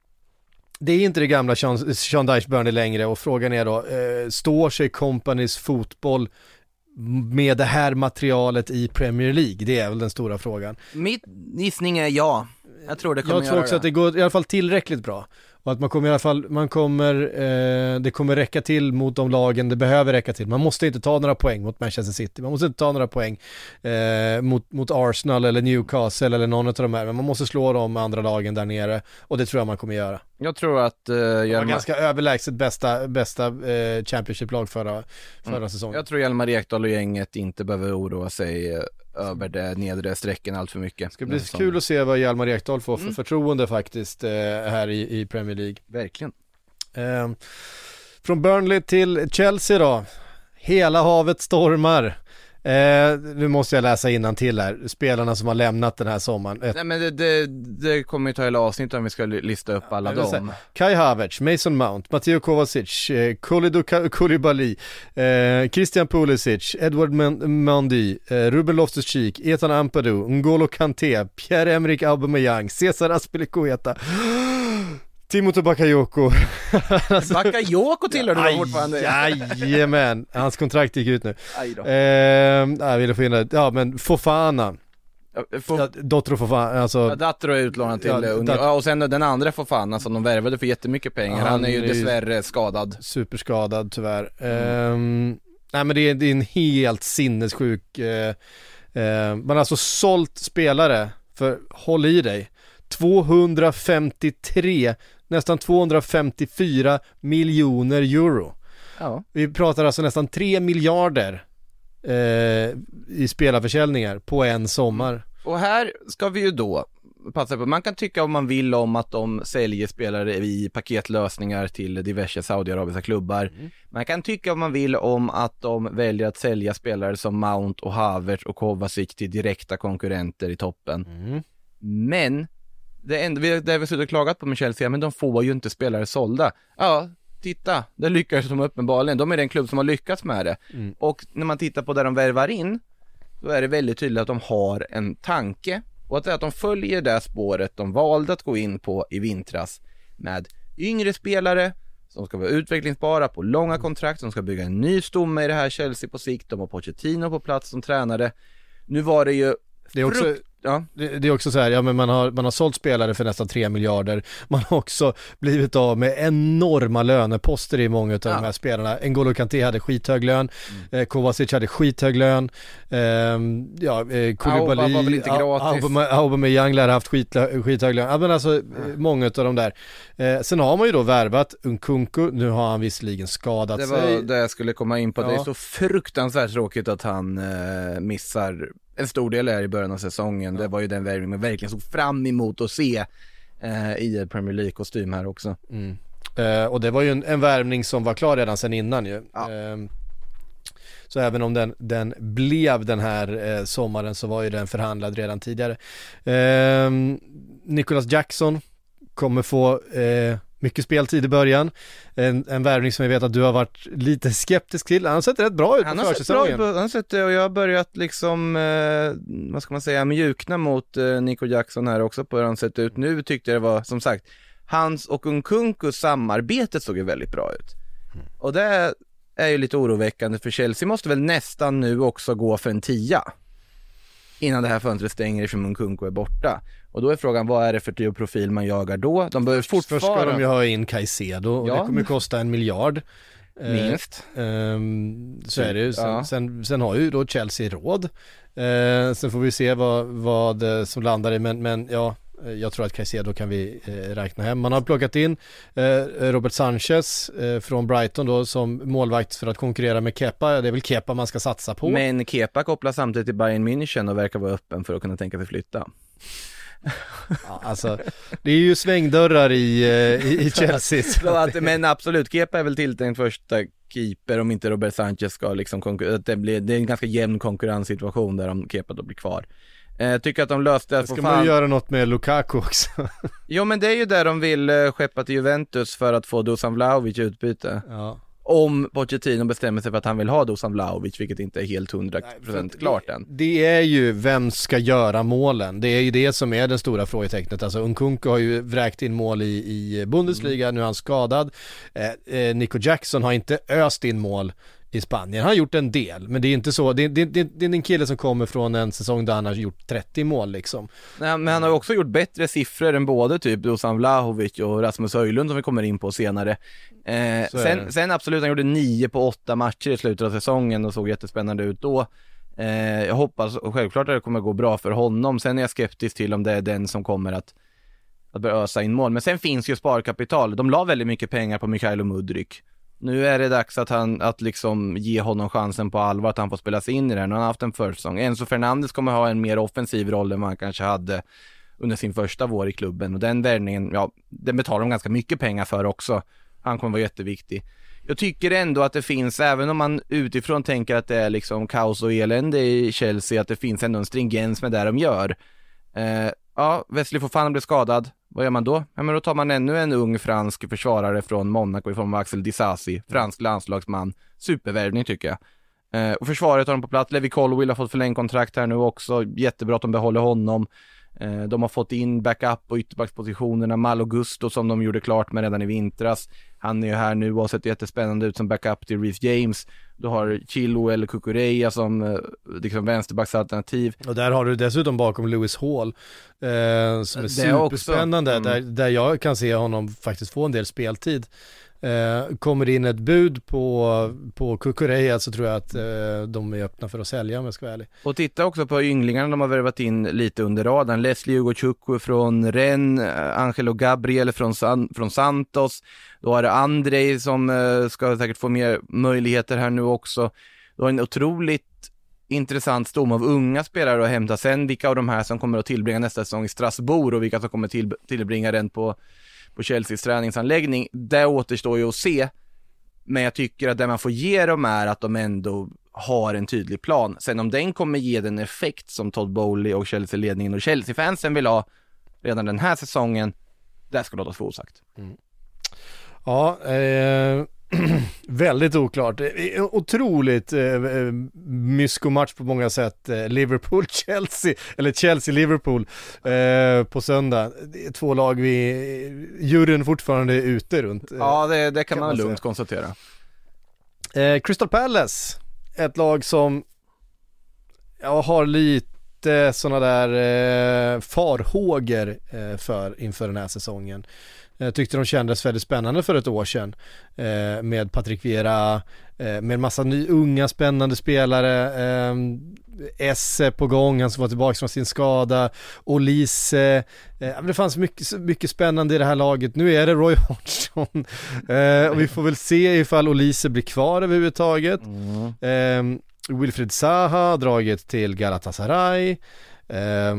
det är inte det gamla Sean, Sean Dyche Burnley längre, och frågan är då, eh, står sig Companys fotboll med det här materialet i Premier League? Det är väl den stora frågan. Mitt gissning är ja. Jag tror det kommer Jag tror också det. att det går i alla fall tillräckligt bra. Och att man kommer i alla fall, man kommer, eh, det kommer räcka till mot de lagen det behöver räcka till. Man måste inte ta några poäng mot Manchester City. Man måste inte ta några poäng eh, mot, mot Arsenal eller Newcastle eller någon av de här. Men man måste slå de andra lagen där nere. Och det tror jag man kommer göra. Jag tror att... Eh, Hjalmar... var ganska överlägset bästa, bästa eh, Championship-lag förra, förra mm. säsongen. Jag tror Hjalmar Ekdal och gänget inte behöver oroa sig eh, över det nedre sträcken allt för mycket. Det ska bli kul som... att se vad Hjalmar Ekdal får för mm. förtroende faktiskt eh, här i, i Premier League. Verkligen. Eh, från Burnley till Chelsea då. Hela havet stormar. Eh, nu måste jag läsa innantill här. Spelarna som har lämnat den här sommaren. Ett... Nej, men det, det, det kommer ju ta hela avsnitt om vi ska lista upp alla ja, dem. Kai Havertz, Mason Mount, Matteo Kovacic, eh, Kolido Koulibaly, eh, Christian Pulisic, Edward Mendy, eh, Ruben Loftus-Cheek, Ethan Ampadu, N'Golo Kanté, Pierre-Emerick Aubameyang, Cesar Azpilicueta, Timothée Bakayoko. alltså, Bakayoko tillhör du fortfarande. Jajamän, hans kontrakt gick ut nu. Eh, jag ville få in det. Ja, men Fofana. F- ja, Dottro Fofana, alltså ja, Dottro är utlånad till ja, dat- ja, och sen den andra Fofana som de värvade för jättemycket pengar. Han, han är ju är dessvärre skadad. Superskadad tyvärr. Mm. Um, nej men det är, det är en helt sinnessjuk uh, uh, man har alltså sålt spelare för, håll i dig, tvåhundrafemtiotre, nästan tvåhundrafemtiofyra miljoner euro. Ja. Vi pratar alltså nästan tre miljarder eh, i spelarförsäljningar på en sommar. Och här ska vi ju då passa på, man kan tycka om man vill om att de säljer spelare i paketlösningar till diverse saudiarabiska klubbar. Mm. Man kan tycka om man vill om att de väljer att sälja spelare som Mount och Havertz och Kovacic till direkta konkurrenter i toppen. Mm. Men det enda vi det vi suttit klagat på med Chelsea, men de får ju inte spelare sålda. Ja, titta, det lyckas de uppenbarligen. De är den klubb som har lyckats med det. Mm. Och när man tittar på där de värvar in, då är det väldigt tydligt att de har en tanke Och att, att de följer det spåret de valde att gå in på i vintras med yngre spelare som ska vara utvecklingsbara på långa kontrakt, som ska bygga en ny stomme i det här Chelsea på sikt. De har Pochettino på plats som tränare. Nu var det ju det är också frukt... ja. det, det är också så här, ja, men man har, man har sålt spelare för nästan tre miljarder. Man har också blivit av med enorma löneposter i många av ja. de här spelarna. N'Golo Kanté hade skithög lön, mm. eh, Kovacic hade skithög lön, eh, ja, eh, Koulibaly var väl inte gratis. Aubameyang lär haft skithög, skithög lön. Ja, men alltså mm. många av de där. Eh, sen har man ju då värvat Nkunku, nu har han visserligen skadat sig. Det var sig. det jag skulle komma in på. Ja. Det är så fruktansvärt tråkigt att han eh, missar en stor del är i början av säsongen. Ja. Det var ju den värvning man verkligen såg fram emot att se eh, i Premier League-kostym här också. Mm. Eh, och det var ju en, en värvning som var klar redan sedan innan ju. Ja. Eh, så även om den, den blev den här eh, sommaren så var ju den förhandlad redan tidigare. Eh, Nicholas Jackson kommer få eh, mycket speltid i början. En, en värvning som jag vet att du har varit lite skeptisk till. Han har sett rätt bra ut på försäsongen. Han har sett det och jag har börjat liksom, eh, vad ska man säga, mjukna mot eh, Nico Jackson här också på hur han sett ut. Nu tyckte jag det var, som sagt, hans och Nkunkus samarbetet såg ju väldigt bra ut. Mm. Och det är ju lite oroväckande för Chelsea måste väl nästan nu också gå för en tia innan det här fönstret stänger eftersom Nkunku är borta. Och då är frågan, vad är det för typ av profil man jagar då? De bör fortfarande... Först ska de ju ha in Caicedo och ja. det kommer kosta en miljard. Minst. Eh, um, så är det ju. Sen, ja. sen, sen har ju då Chelsea råd. Eh, sen får vi se vad, vad som landar i. Men, men ja, jag tror att Caicedo kan vi eh, räkna hem. Man har plockat in eh, Robert Sanchez eh, från Brighton då som målvakt för att konkurrera med Kepa. Det är väl Kepa man ska satsa på. Men Kepa kopplar samtidigt till Bayern München och verkar vara öppen för att kunna tänka sig flytta. Ja, alltså, det är ju svängdörrar i, i, i Chelsea. Så att, men absolut, Kepa är väl tilltänkt första keeper om inte Robert Sanchez ska liksom konkur- det, blir, det är en ganska jämn konkurrenssituation där om Kepa då blir kvar. Jag tycker att de löste det. Ska man fan... göra något med Lukaku också? Jo, men det är ju där de vill skeppa till Juventus för att få Dusan Vlahovic utbyte. Ja. Om Pochettino bestämmer sig för att han vill ha Dusan Vlahovic, vilket inte är helt hundra procent klart än. Det är ju vem ska göra målen. Det är ju det som är det stora frågetecknet. Alltså Nkunku har ju vräkt in mål i, i Bundesliga, mm. nu är han skadad. Eh, eh, Nico Jackson har inte öst in mål i Spanien. Han har gjort en del, men det är inte så. Det, det, det, det är en kille som kommer från en säsong där han har gjort trettio mål liksom. Nej, men han har ju också gjort bättre siffror än både typ Dusan Vlahovic och Rasmus Höjlund som vi kommer in på senare. Eh, sen, sen absolut, han gjorde nio på åtta matcher i slutet av säsongen och såg jättespännande ut då. Eh, jag hoppas och självklart att det kommer gå bra för honom. Sen är jag skeptisk till om det är den som kommer att, att börja ösa in mål. Men sen finns ju sparkapital. De la väldigt mycket pengar på Mykhailo Mudryk. Nu är det dags att han att liksom ge honom chansen på allvar att han får spelas in i det här. Han har haft en försäsong. Enzo Fernandes kommer ha en mer offensiv roll än man kanske hade under sin första vår i klubben. Och den värvningen, ja, den betalar de ganska mycket pengar för också. Han kommer vara jätteviktig. Jag tycker ändå att det finns, även om man utifrån tänker att det är liksom kaos och elände i Chelsea, att det finns ändå en stringens med det de gör. Eh, ja, Wesley Fofana blir skadad. Vad gör man då? Ja, men då tar man ännu en ung fransk försvarare från Monaco i form av Axel Disasi, fransk landslagsman. Supervärvning tycker jag. Eh, och försvaret har de på plats. Levi Colwill har fått förlängd kontrakt här nu också. Jättebra att de behåller honom. Eh, de har fått in backup på ytterbackspositionerna. Malo Gusto som de gjorde klart med redan i vintras. Han är ju här nu och har sett jättespännande ut som backup till Reece James. Du har Chilo eller Kukureya som eh, liksom vänsterbacksalternativ. Och där har du dessutom bakom Lewis Hall eh, som är superspännande. Mm. Där, där jag kan se honom faktiskt få en del speltid. Eh, kommer det in ett bud på, på Kukureya så tror jag att eh, de är öppna för att sälja om jag ska vara ärlig. Och titta också på ynglingarna de har värvat in lite under radarn. Leslie Ugochukwu från Rennes, Angelo Gabriel från, San, från Santos. Då har det Andrei som eh, ska säkert få mer möjligheter här nu också. Du har en otroligt intressant stom av unga spelare att hämta sen. Vilka av de här som kommer att tillbringa nästa säsong i Strasbourg och vilka som kommer till, tillbringa den på på Chelseas träningsanläggning, det återstår ju att se. Men jag tycker att det man får ge dem är att de ändå har en tydlig plan. Sen om den kommer ge den effekt som Todd Bowley och Chelsea-ledningen och Chelsea-fansen vill ha redan den här säsongen, det ska låta få osagt. Mm. Ja, eh, Väldigt oklart. Otroligt eh, myskomatch på många sätt. Liverpool-Chelsea, eller Chelsea-Liverpool eh, på söndag. Det är två lag vi, juryn fortfarande är ute runt. Eh, ja, det, det kan, kan man, man lugnt säga. konstatera. Eh, Crystal Palace, ett lag som jag har lite sådana där eh, farhågor eh, för inför den här säsongen. Jag tyckte de kändes väldigt spännande för ett år sedan eh, med Patrick Vieira, eh, med en massa ny, unga spännande spelare, eh, Esse på gång, han som var tillbaka från sin skada, Olise, eh, det fanns mycket, mycket spännande i det här laget. Nu är det Roy Hodgson eh, och vi får väl se ifall Olise blir kvar överhuvudtaget. Mm. eh, Wilfried Zaha har dragit till Galatasaray. eh,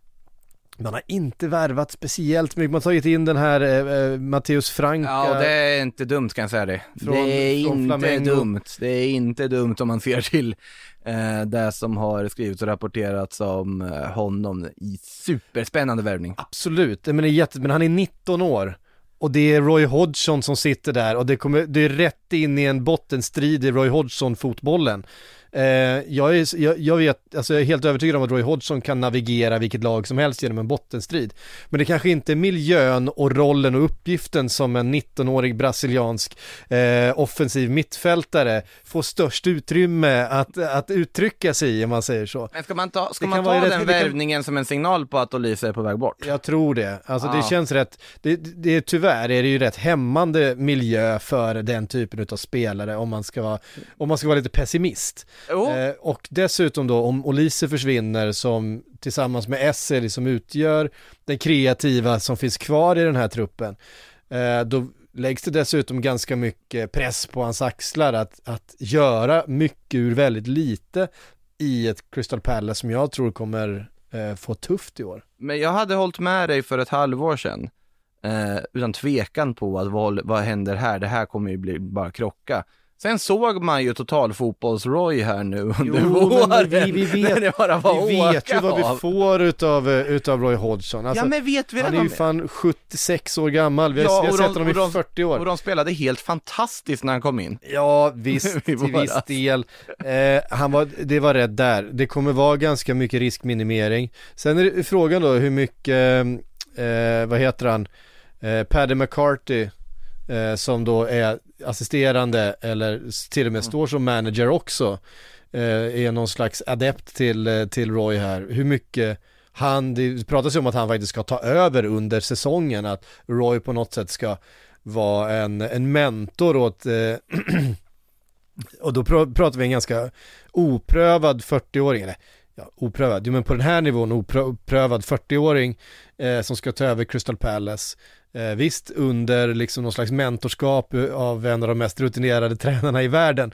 Man har inte värvat speciellt mycket. Man har tagit in den här eh, Matteus Franka. Ja, det är inte dumt kan jag säga det. Från, det är inte Flamengo. dumt. Det är inte dumt om man ser till eh, det som har skrivits och rapporterats om eh, honom i superspännande värvning. Absolut, men, det är jätte, men han är nitton år. Och det är Roy Hodgson som sitter där. Och det, kommer, det är rätt in i en bottenstrid i Roy Hodgson-fotbollen. Eh, jag, är, jag, jag, vet, alltså jag är helt övertygad om att Roy Hodgson kan navigera vilket lag som helst genom en bottenstrid. Men det kanske inte är miljön och rollen och uppgiften som en nitton-årig brasiliansk eh, offensiv mittfältare får störst utrymme att, att uttrycka sig i, om man säger så. Men ska man ta, ska Det man kan ta vara den rätt- det kan- värvningen som en signal på att Olise är på väg bort? Jag tror det. Alltså Ja. det känns rätt, det, det är tyvärr är det ju rätt hämmande miljö för den typen av spelare om man ska vara, om man ska vara lite pessimist. Jo. Eh, och dessutom då om Olise försvinner som tillsammans med Esse som utgör den kreativa som finns kvar i den här truppen, eh, då läggs det dessutom ganska mycket press på hans axlar att, att göra mycket ur väldigt lite i ett Crystal Palace som jag tror kommer eh, få tufft i år. Men jag hade hållit med dig för ett halvår sedan eh, utan tvekan på att vad, vad händer här? Det här kommer ju bli bara krocka. Sen såg man ju total fotbolls-Roy här nu under Jo, våren. men vi, vi vet, det bara var vi vet ju åka vad av. vi får utav, utav Roy Hodgson. Alltså, Ja, men vet vi han är redan ju fan sjuttiosex år gammal. Vi har, Ja, vi har och sett de- honom i och de- fyrtio år. Och de spelade helt fantastiskt när han kom in. Ja, visst, I till våras. viss del. Eh, han var, det var rätt där. Det kommer vara ganska mycket riskminimering. Sen är det frågan då hur mycket, eh, vad heter han, eh, Paddy McCarthy, eh, som då är assisterande eller till och med står som manager också, eh, är någon slags adept till, eh, till Roy här. Hur mycket han, det pratas ju om att han faktiskt ska ta över under säsongen, att Roy på något sätt ska vara en, en mentor åt eh, och då pr- pratar vi en ganska oprövad fyrtio-åring, eller ja, oprövad, jo, men på den här nivån oprövad fyrtio-åring eh, som ska ta över Crystal Palace. Eh, visst under liksom någon slags mentorskap av en av de mest rutinerade tränarna i världen.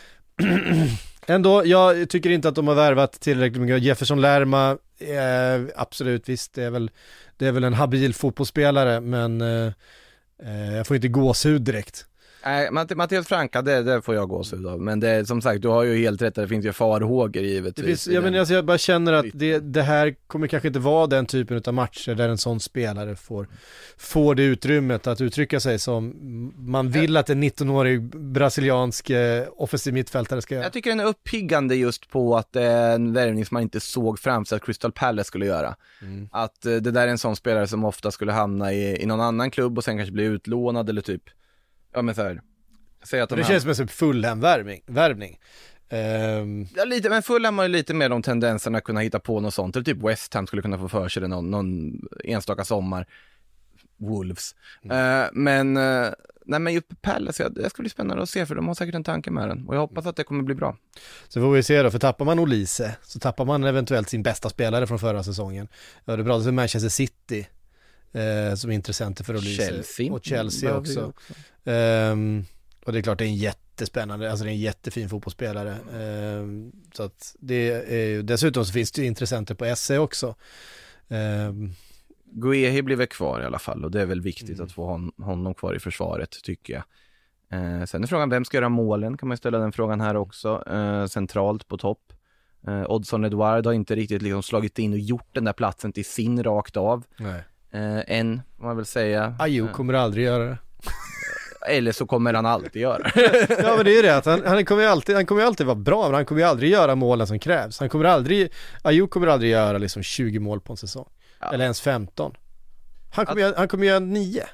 Ändå, jag tycker inte att de har värvat tillräckligt mycket. Jefferson Lerma, eh, absolut, visst, det är väl, det är väl en habil fotbollsspelare, men eh, eh, jag får inte gåshud direkt. Nej, Matt- Matteus Franka, det, det får jag gåshud av. Men det är som sagt, du har ju helt rätt, det finns ju farhågor Det givetvis. finns, i jag, den. men, alltså, jag bara känner att det, det här kommer kanske inte vara den typen av matcher där en sån spelare får, får det utrymmet att uttrycka sig som man vill att en nitton-årig brasiliansk eh, offensiv mittfältare ska göra. Jag tycker den är uppiggande just på att det är en värvning som man inte såg fram sig att Crystal Palace skulle göra. Mm. Att eh, det där är en sån spelare som ofta skulle hamna i, i någon annan klubb och sen kanske bli utlånad eller typ, ja men så här. Säg att de Det ham- känns som en sån Fulham-värvning. Värvning. Ehm, Ja, lite, men Fulham har ju lite mer de tendenserna att kunna hitta på något sånt. Eller typ West Ham skulle kunna få för sig det någon, någon enstaka sommar. Wolves. Mm. Eh, men, uh, nej men just Palace, ja, det ska bli spännande att se för de har säkert en tanke med den. Och jag hoppas att det kommer bli bra. Så får vi se då, för tappar man Olise så tappar man eventuellt sin bästa spelare från förra säsongen. Ja, det pratas om Manchester City eh, som är intressenter för Olise. Chelsea. Och Chelsea Mm, också. också. Ehm, och det är klart det är en jättespännande, alltså det är en jättefin fotbollsspelare. Ehm, så att det är ju, dessutom så finns det ju intressenter på S E också. Ehm, Guehi blir väl kvar i alla fall och det är väl viktigt Mm. att få hon, honom kvar i försvaret tycker jag. Eh, sen är frågan, vem ska göra målen? Kan man ställa den frågan här också. Eh, centralt på topp. Eh, Oddson Edouard har inte riktigt liksom slagit in och gjort den där platsen till sin rakt av. nej. Eh, en, får man väl säga. Ayew Eh, kommer aldrig göra det. Eller så kommer han alltid göra. Ja, men det är ju det att han, han kommer ju alltid, han kommer ju alltid vara bra, men han kommer ju aldrig göra målen som krävs. Han kommer aldrig, Ayew kommer aldrig göra liksom tjugo mål på en säsong. Ja. Eller ens femton. Han kommer, att... göra, han kommer göra nio.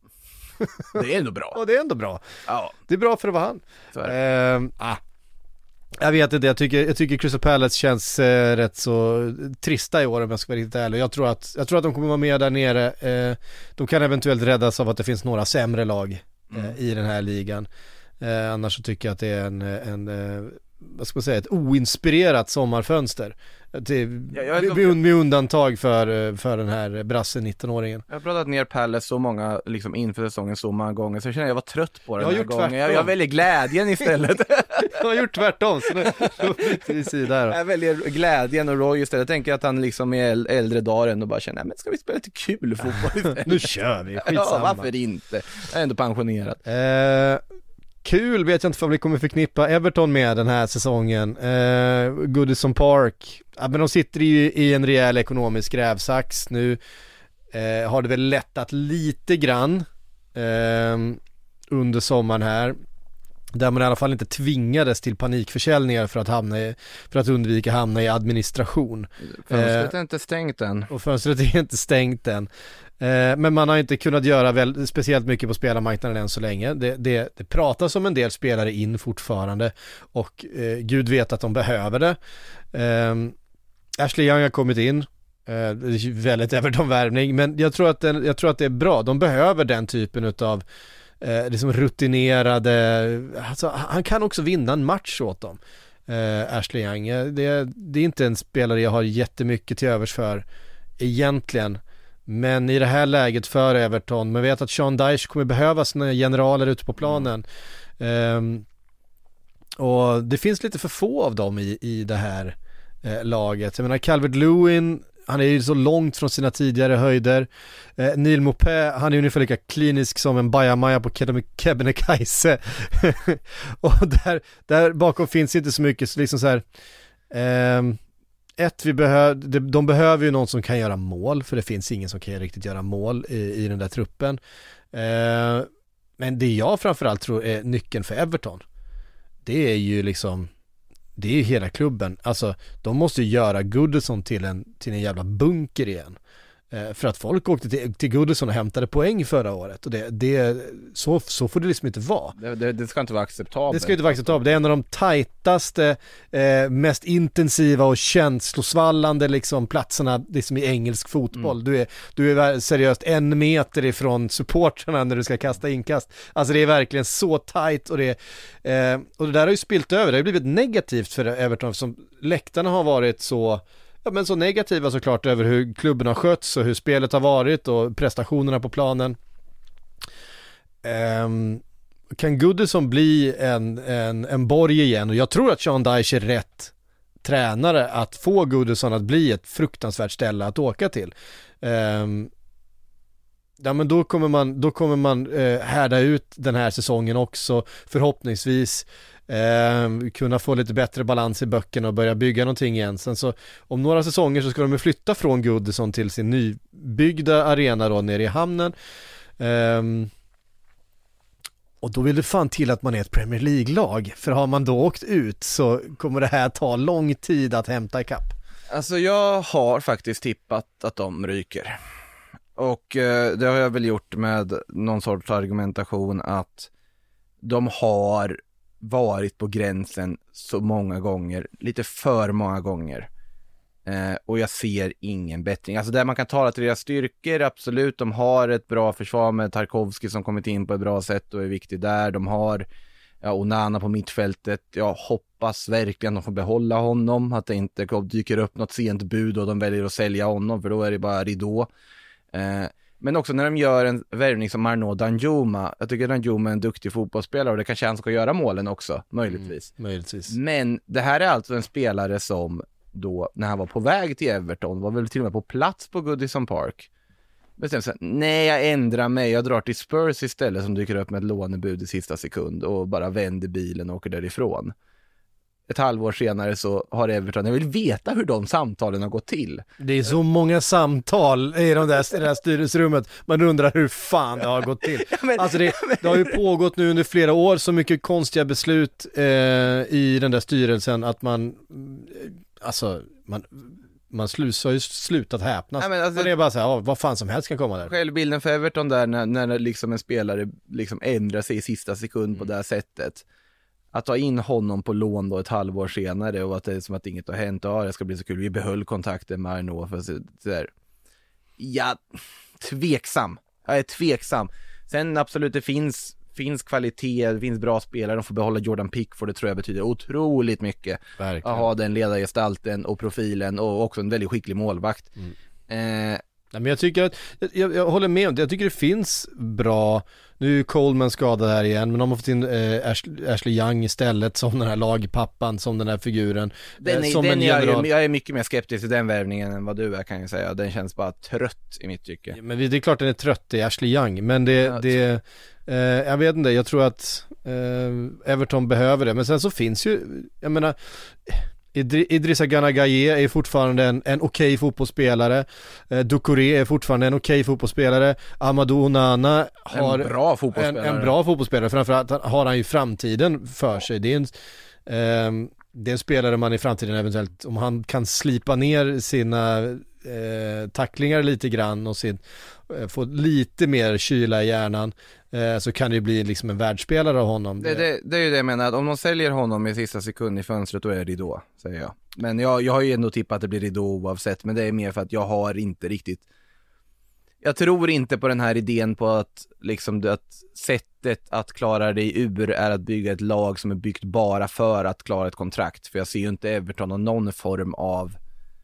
Det är ändå bra. Och det är ändå bra. Ja. Det är bra för att vara han. Uh, ah. Jag vet inte, jag tycker, jag tycker Crystal Palace känns eh, rätt så trista i år om jag ska vara riktigt ärlig. Jag tror att, jag tror att de kommer vara med där nere. Eh, de kan eventuellt räddas av att det finns några sämre lag eh, mm. i den här ligan. Eh, annars så tycker jag att det är en, en eh, vad ska man säga, ett oinspirerat sommarfönster. Till, ja, jag med, med undantag för, för den här brassen nitton-åringen. Jag har pratat ner Palace så många liksom inför säsongen så många gånger, så jag känner att jag var trött på den jag här gången. Jag, jag väljer glädjen istället. Jag har gjort tvärtom, så nu vi sida jag väljer glädjen och Roy istället. Jag tänker att han liksom är äldre dagar och bara känner, men ska vi spela lite kul fotboll istället? Nu kör vi, skitsamma. Ja, varför inte? Jag är ändå pensionerad. Eh... Kul, vet jag inte om vi kommer förknippa Everton med den här säsongen. eh, Goodison Park, ja, men de sitter ju i en rejäl ekonomisk grävsax nu. eh, Har det väl lättat lite grann eh, under sommaren här, där man i alla fall inte tvingades till panikförsäljningar för att hamna i, för att undvika hamna i administration. Fönstret är eh, inte stängt än. Och fönstret är inte stängt än. Eh, men man har inte kunnat göra väl, speciellt mycket på spelarmarknaden än så länge. Det, det, det pratas om en del spelare in fortfarande, och eh, Gud vet att de behöver det. Eh, Ashley Young har kommit in. Eh, det är väldigt Everton-värvning, men jag tror, att den, jag tror att det är bra. De behöver den typen av eh, liksom rutinerade, alltså, han kan också vinna en match åt dem. Eh, Ashley Young, det, det är inte en spelare jag har jättemycket till övers för egentligen. Men i det här läget för Everton, man vet att Sean Dyche kommer behöva sina generaler ute på planen. Mm. Um, och det finns lite för få av dem i, i det här eh, laget. Jag menar, Calvert-Lewin, han är ju så långt från sina tidigare höjder. Eh, Neil Maupay, han är ungefär lika klinisk som en bajamaja på Kebnekaise. Och där, där bakom finns inte så mycket, så liksom så här... Um, Ett, vi behöver, de behöver ju någon som kan göra mål, för det finns ingen som kan riktigt göra mål i, i den där truppen. Eh, men det jag framförallt tror är nyckeln för Everton, det är ju liksom, det är ju hela klubben. Alltså, de måste ju göra Goodison till en, till en jävla bunker igen. Eh, för att folk åkte till, till Goodison och hämtade poäng förra året. Och det, det, så, så får det liksom inte vara. Det, det, det ska inte vara acceptabelt. Det ska inte vara acceptabelt. Det är en av de tajtaste, eh, mest intensiva och känslosvallande liksom, platserna liksom, i engelsk fotboll. Mm. Du, är, du är seriöst en meter ifrån supporterna när du ska kasta inkast. Alltså det är verkligen så tajt. Och det, eh, och det där har ju spilt över. Det har blivit negativt för Everton, som läktarna har varit så... Ja, men så negativa såklart över hur klubben har skötts och hur spelet har varit och prestationerna på planen. Um, kan Goodison bli en, en, en borg igen? Och jag tror att Sean Dyche är rätt tränare att få Goodison att bli ett fruktansvärt ställe att åka till. Um, ja, men då kommer man, då kommer man uh, härda ut den här säsongen också, förhoppningsvis. Eh, kunna få lite bättre balans i böckerna och börja bygga någonting igen. Sen så om några säsonger så ska de flytta från Goodison till sin nybyggda arena då nere i hamnen. Eh, och då vill det fan till att man är ett Premier League-lag, för har man då åkt ut så kommer det här ta lång tid att hämta ikapp. Alltså jag har faktiskt tippat att de ryker. Och eh, det har jag väl gjort med någon sorts argumentation att de har varit på gränsen så många gånger, lite för många gånger, eh, och jag ser ingen bättring. Alltså där man kan tala till deras styrkor, absolut, de har ett bra försvar med Tarkovsky som kommit in på ett bra sätt och är viktig där. De har ja, Onana på mittfältet. Jag hoppas verkligen de får behålla honom, att det inte dyker upp något sent bud och de väljer att sälja honom, för då är det bara ridå. eh, Men också när de gör en värvning som Arnaud Danjuma. Jag tycker Danjuma är en duktig fotbollsspelare och det kanske han ska göra målen också, möjligtvis. Mm, möjligtvis. Men det här är alltså en spelare som då, när han var på väg till Everton, var väl till och med på plats på Goodison Park. Bestämde sig, nej jag ändrar mig, jag drar till Spurs istället, som dyker upp med ett lånebud i sista sekund och bara vänder bilen och åker därifrån. ett halvår senare så har Everton, jag vill veta hur de samtalen har gått till. Det är så många samtal i, de där, i det här styrelserummet, man undrar hur fan det har gått till. men, alltså det, det har ju pågått nu under flera år så mycket konstiga beslut eh, i den där styrelsen att man, alltså man man slu- har ju slutat häpnas. Ja, men alltså, det är bara så här, ja, vad fan som helst kan komma där. Självbilden för Everton där när, när liksom en spelare liksom ändrar sig i sista sekund mm. på det här sättet. Att ta in honom på lån då ett halvår senare och att det är som att inget har hänt. Ja, det ska bli så kul. Vi behöll kontakten med Arnaud för så där. Ja, tveksam. Jag är tveksam. Sen absolut, det finns finns kvalitet, det finns bra spelare, de får behålla Jordan Pickford, det tror jag betyder otroligt mycket. Verkligen. Att ha den ledargestalten och profilen och också en väldigt skicklig målvakt. Mm. Eh, Nej, men jag tycker att, jag, jag håller med om det, jag tycker det finns bra, nu är Coleman skadad här igen, men de har fått in eh, Ashley, Ashley Young istället som den här lagpappan, som den här figuren. Den är, eh, som den en jag, general... jag är mycket mer skeptisk till den värvningen än vad du är, kan jag säga. Den känns bara trött i mitt tycke. Ja, men det är klart den är trött i Ashley Young, men det, ja, det eh, jag vet inte, jag tror att eh, Everton behöver det, men sen så finns ju, jag menar, Idrissa Gana Gueye är fortfarande en, en okej fotbollsspelare. eh, Doucouré är fortfarande en okej fotbollsspelare. Amadou Onana har en bra fotbollsspelare, en, en bra fotbollsspelare. Framförallt har han ju framtiden för sig. Det är en, eh, det är en spelare man i framtiden eventuellt, om han kan slipa ner sina eh, tacklingar lite grann och sin, eh, få lite mer kyla i hjärnan, eh, så kan det ju bli liksom en världsspelare av honom. Det, det, det är ju det jag menar, att om de säljer honom i sista sekund i fönstret, då är det ridå, säger jag. Men jag, jag har ju ändå tippat att det blir ridå oavsett, men det är mer för att jag har inte riktigt, jag tror inte på den här idén på att liksom att sättet att klara dig ur är att bygga ett lag som är byggt bara för att klara ett kontrakt. För jag ser ju inte Everton ha någon form av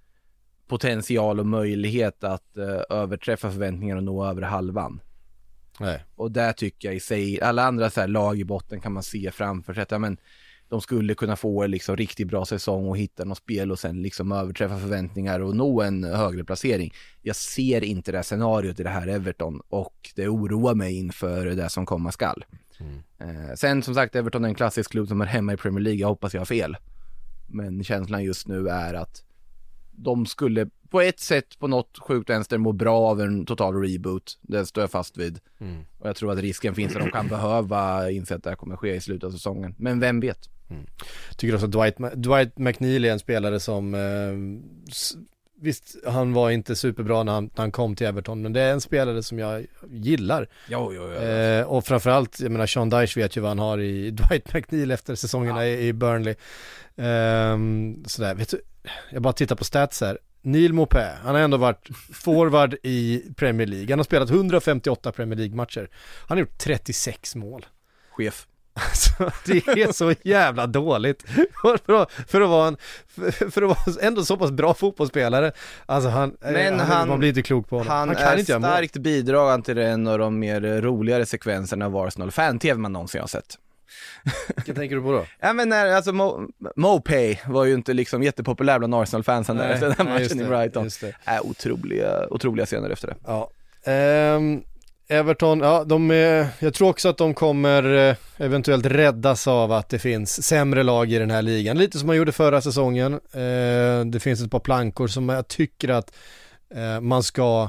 potential och möjlighet att uh, överträffa förväntningar och nå över halvan. Nej. Och där tycker jag i sig, alla andra så här lag i botten kan man se framför sig att ja, men de skulle kunna få en liksom riktigt bra säsong och hitta något spel och sen liksom överträffa förväntningar och nå en högre placering. Jag ser inte det här scenariot i det här Everton, och det oroar mig inför det som komma skall. Mm. Eh, sen som sagt, Everton är en klassisk klubb som är hemma i Premier League. Jag hoppas jag har fel. Men känslan just nu är att de skulle på ett sätt på något sjukt vänster må bra av en total reboot. Det står jag fast vid. Mm. Och jag tror att risken finns att de kan behöva inse att det här kommer ske i slutet av säsongen. Men vem vet? Mm. Tycker också att Dwight, Dwight McNeil är en spelare som eh, visst, han var inte superbra när han, när han kom till Everton, men det är en spelare som jag gillar. Jo, jo, jo. Eh, och framförallt, jag menar, Sean Dyche vet ju vad han har i Dwight McNeil efter säsongerna ja. i, i Burnley. Eh, sådär, vet du, jag bara tittar på stats här. Neil Maupay, han har ändå varit forward i Premier League. Han har spelat hundrafemtioåtta Premier League-matcher. Han har gjort trettiosex mål. Chef. Alltså, det är så jävla dåligt för att, för att vara en för, för att vara ändå så pass bra fotbollsspelare. Alltså han, men han, han man blir inte klok på honom. Han, han kan är inte starkt bidragande till en av de mer roligare sekvenserna av Arsenal fan-tv man någonsin har sett. Vad tänker du på då? Ja, men när, alltså Mo, Maupay var ju inte liksom jättepopulär bland Arsenal-fansen där efter den här matchen i Brighton. Är otroliga, otroliga scener efter det. Ja. Um, Everton, ja, de är, jag tror också att de kommer eventuellt räddas av att det finns sämre lag i den här ligan. Lite som man gjorde förra säsongen. Uh, det finns ett par plankor som jag tycker att uh, man ska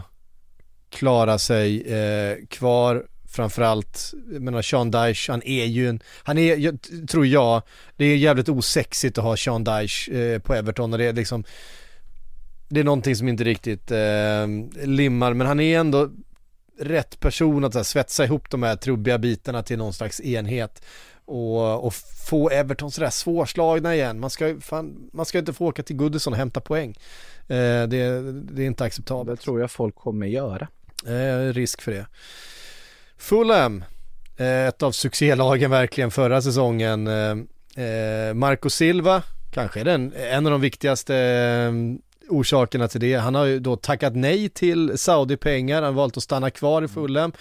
klara sig uh, kvar. Framförallt, jag menar, Sean Dyche, han är ju en, han är, jag, tror jag, det är jävligt osexigt att ha Sean Dyche eh, på Everton, och det är liksom, det är någonting som inte riktigt eh, limmar, men han är ändå rätt person att så här, svetsa ihop de här trubbiga bitarna till någon slags enhet och, och få Everton sådär svårslagna igen. Man ska, fan, man ska inte få åka till Goodison och hämta poäng. Eh, det, det är inte acceptabelt. Det tror jag folk kommer göra. Eh, risk för det. Fulham, ett av succélagen verkligen förra säsongen. Marco Silva, kanske är den en av de viktigaste orsakerna till det. Han har ju då tackat nej till Saudi-pengar, han har valt att stanna kvar i Fulham.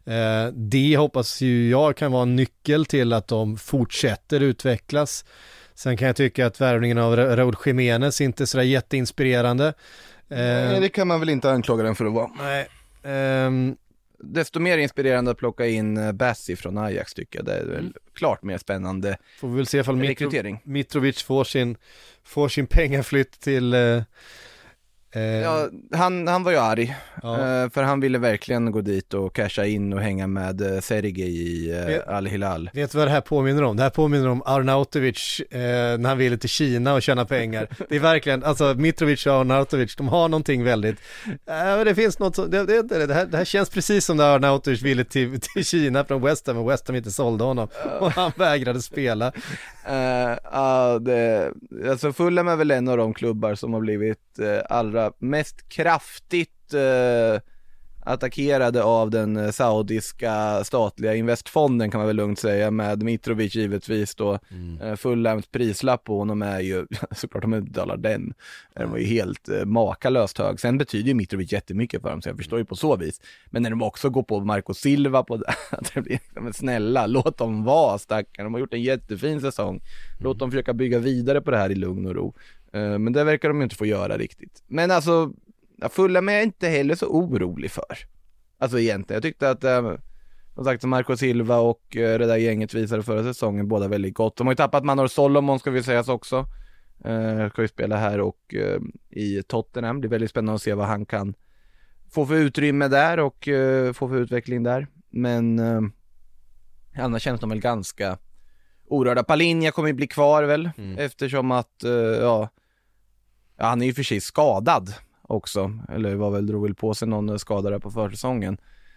Det hoppas ju jag kan vara en nyckel till att de fortsätter utvecklas. Sen kan jag tycka att värvningen av Raúl Jiménez inte är sådär jätteinspirerande. Nej, det kan man väl inte anklaga den för att vara. Nej, um, desto mer inspirerande att plocka in Bassi från Ajax tycker jag. Det är väl mm. klart mer spännande. Får vi väl se ifall rekrytering. Mitro- Mitrovic får sin, får sin pengaflytt till... Eh... Eh, ja, han, han var ju arg ja. eh, för han ville verkligen gå dit och casha in och hänga med eh, Sergej i eh, vet, Al-Hilal. Vet du vad det här påminner om? Det här påminner om Arnautovic eh, när han ville till Kina och tjäna pengar. Det är verkligen, alltså Mitrovic och Arnautovic, de har någonting väldigt eh, det finns något så, det, det, det, det, här, det här känns precis som när Arnautovic ville till, till Kina från West Ham, men West Ham inte sålde honom och han vägrade spela. Uh, uh, det, alltså Fulham är väl en av de klubbar som har blivit uh, allra mest kraftigt uh, attackerade av den saudiska statliga investfonden kan man väl lugnt säga, med Mitrovic givetvis då. Mm. Uh, Fulhams prislapp på honom är ju såklart de betalar den. Den var ju helt uh, makalöst hög. Sen betyder ju Mitrovic jättemycket för dem, så jag förstår ju på så vis. Men när de också går på Marco Silva på det blir men snälla, låt dem vara stackar. De har gjort en jättefin säsong. Låt dem försöka bygga vidare på det här i lugn och ro. Uh, men det verkar de inte få göra riktigt. Men alltså jag fulla med inte heller så orolig för. Alltså egentligen, jag tyckte att uh, som sagt, Marco Silva och uh, det där gänget visade förra säsongen båda väldigt gott. De har ju tappat Manor Solomon ska vi sägas också. Uh, ska ju spela här och uh, i Tottenham. Det är väldigt spännande att se vad han kan få för utrymme där och uh, få för utveckling där. Men uh, annars känns de väl ganska orörda. Palinja kommer ju bli kvar väl mm. eftersom att uh, ja, ja, han är ju för sig skadad också, eller var väl drog väl på sig någon skada där på försäsongen.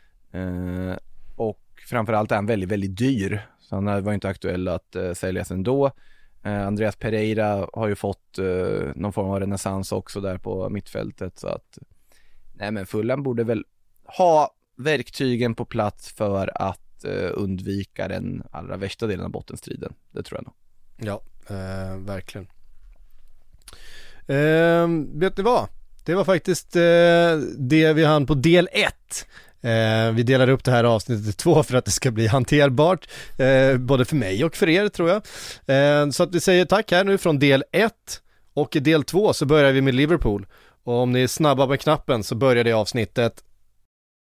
Uh, och framförallt är han väldigt, väldigt dyr. Så han var inte aktuell att uh, säljas ändå. Uh, Andreas Pereira har ju fått uh, någon form av renässans också där på mittfältet. Så att, nej men Fulham borde väl ha verktygen på plats för att uh, undvika den allra värsta delen av bottenstriden. Det tror jag nog. Ja, uh, verkligen. Uh, vet ni vad? Det var faktiskt uh, det vi hann på del ett. Eh, vi delar upp det här avsnittet i två för att det ska bli hanterbart eh, både för mig och för er tror jag. Eh, så att vi säger tack här nu från del ett, och i del två så börjar vi med Liverpool. Och om ni är snabba med knappen så börjar det avsnittet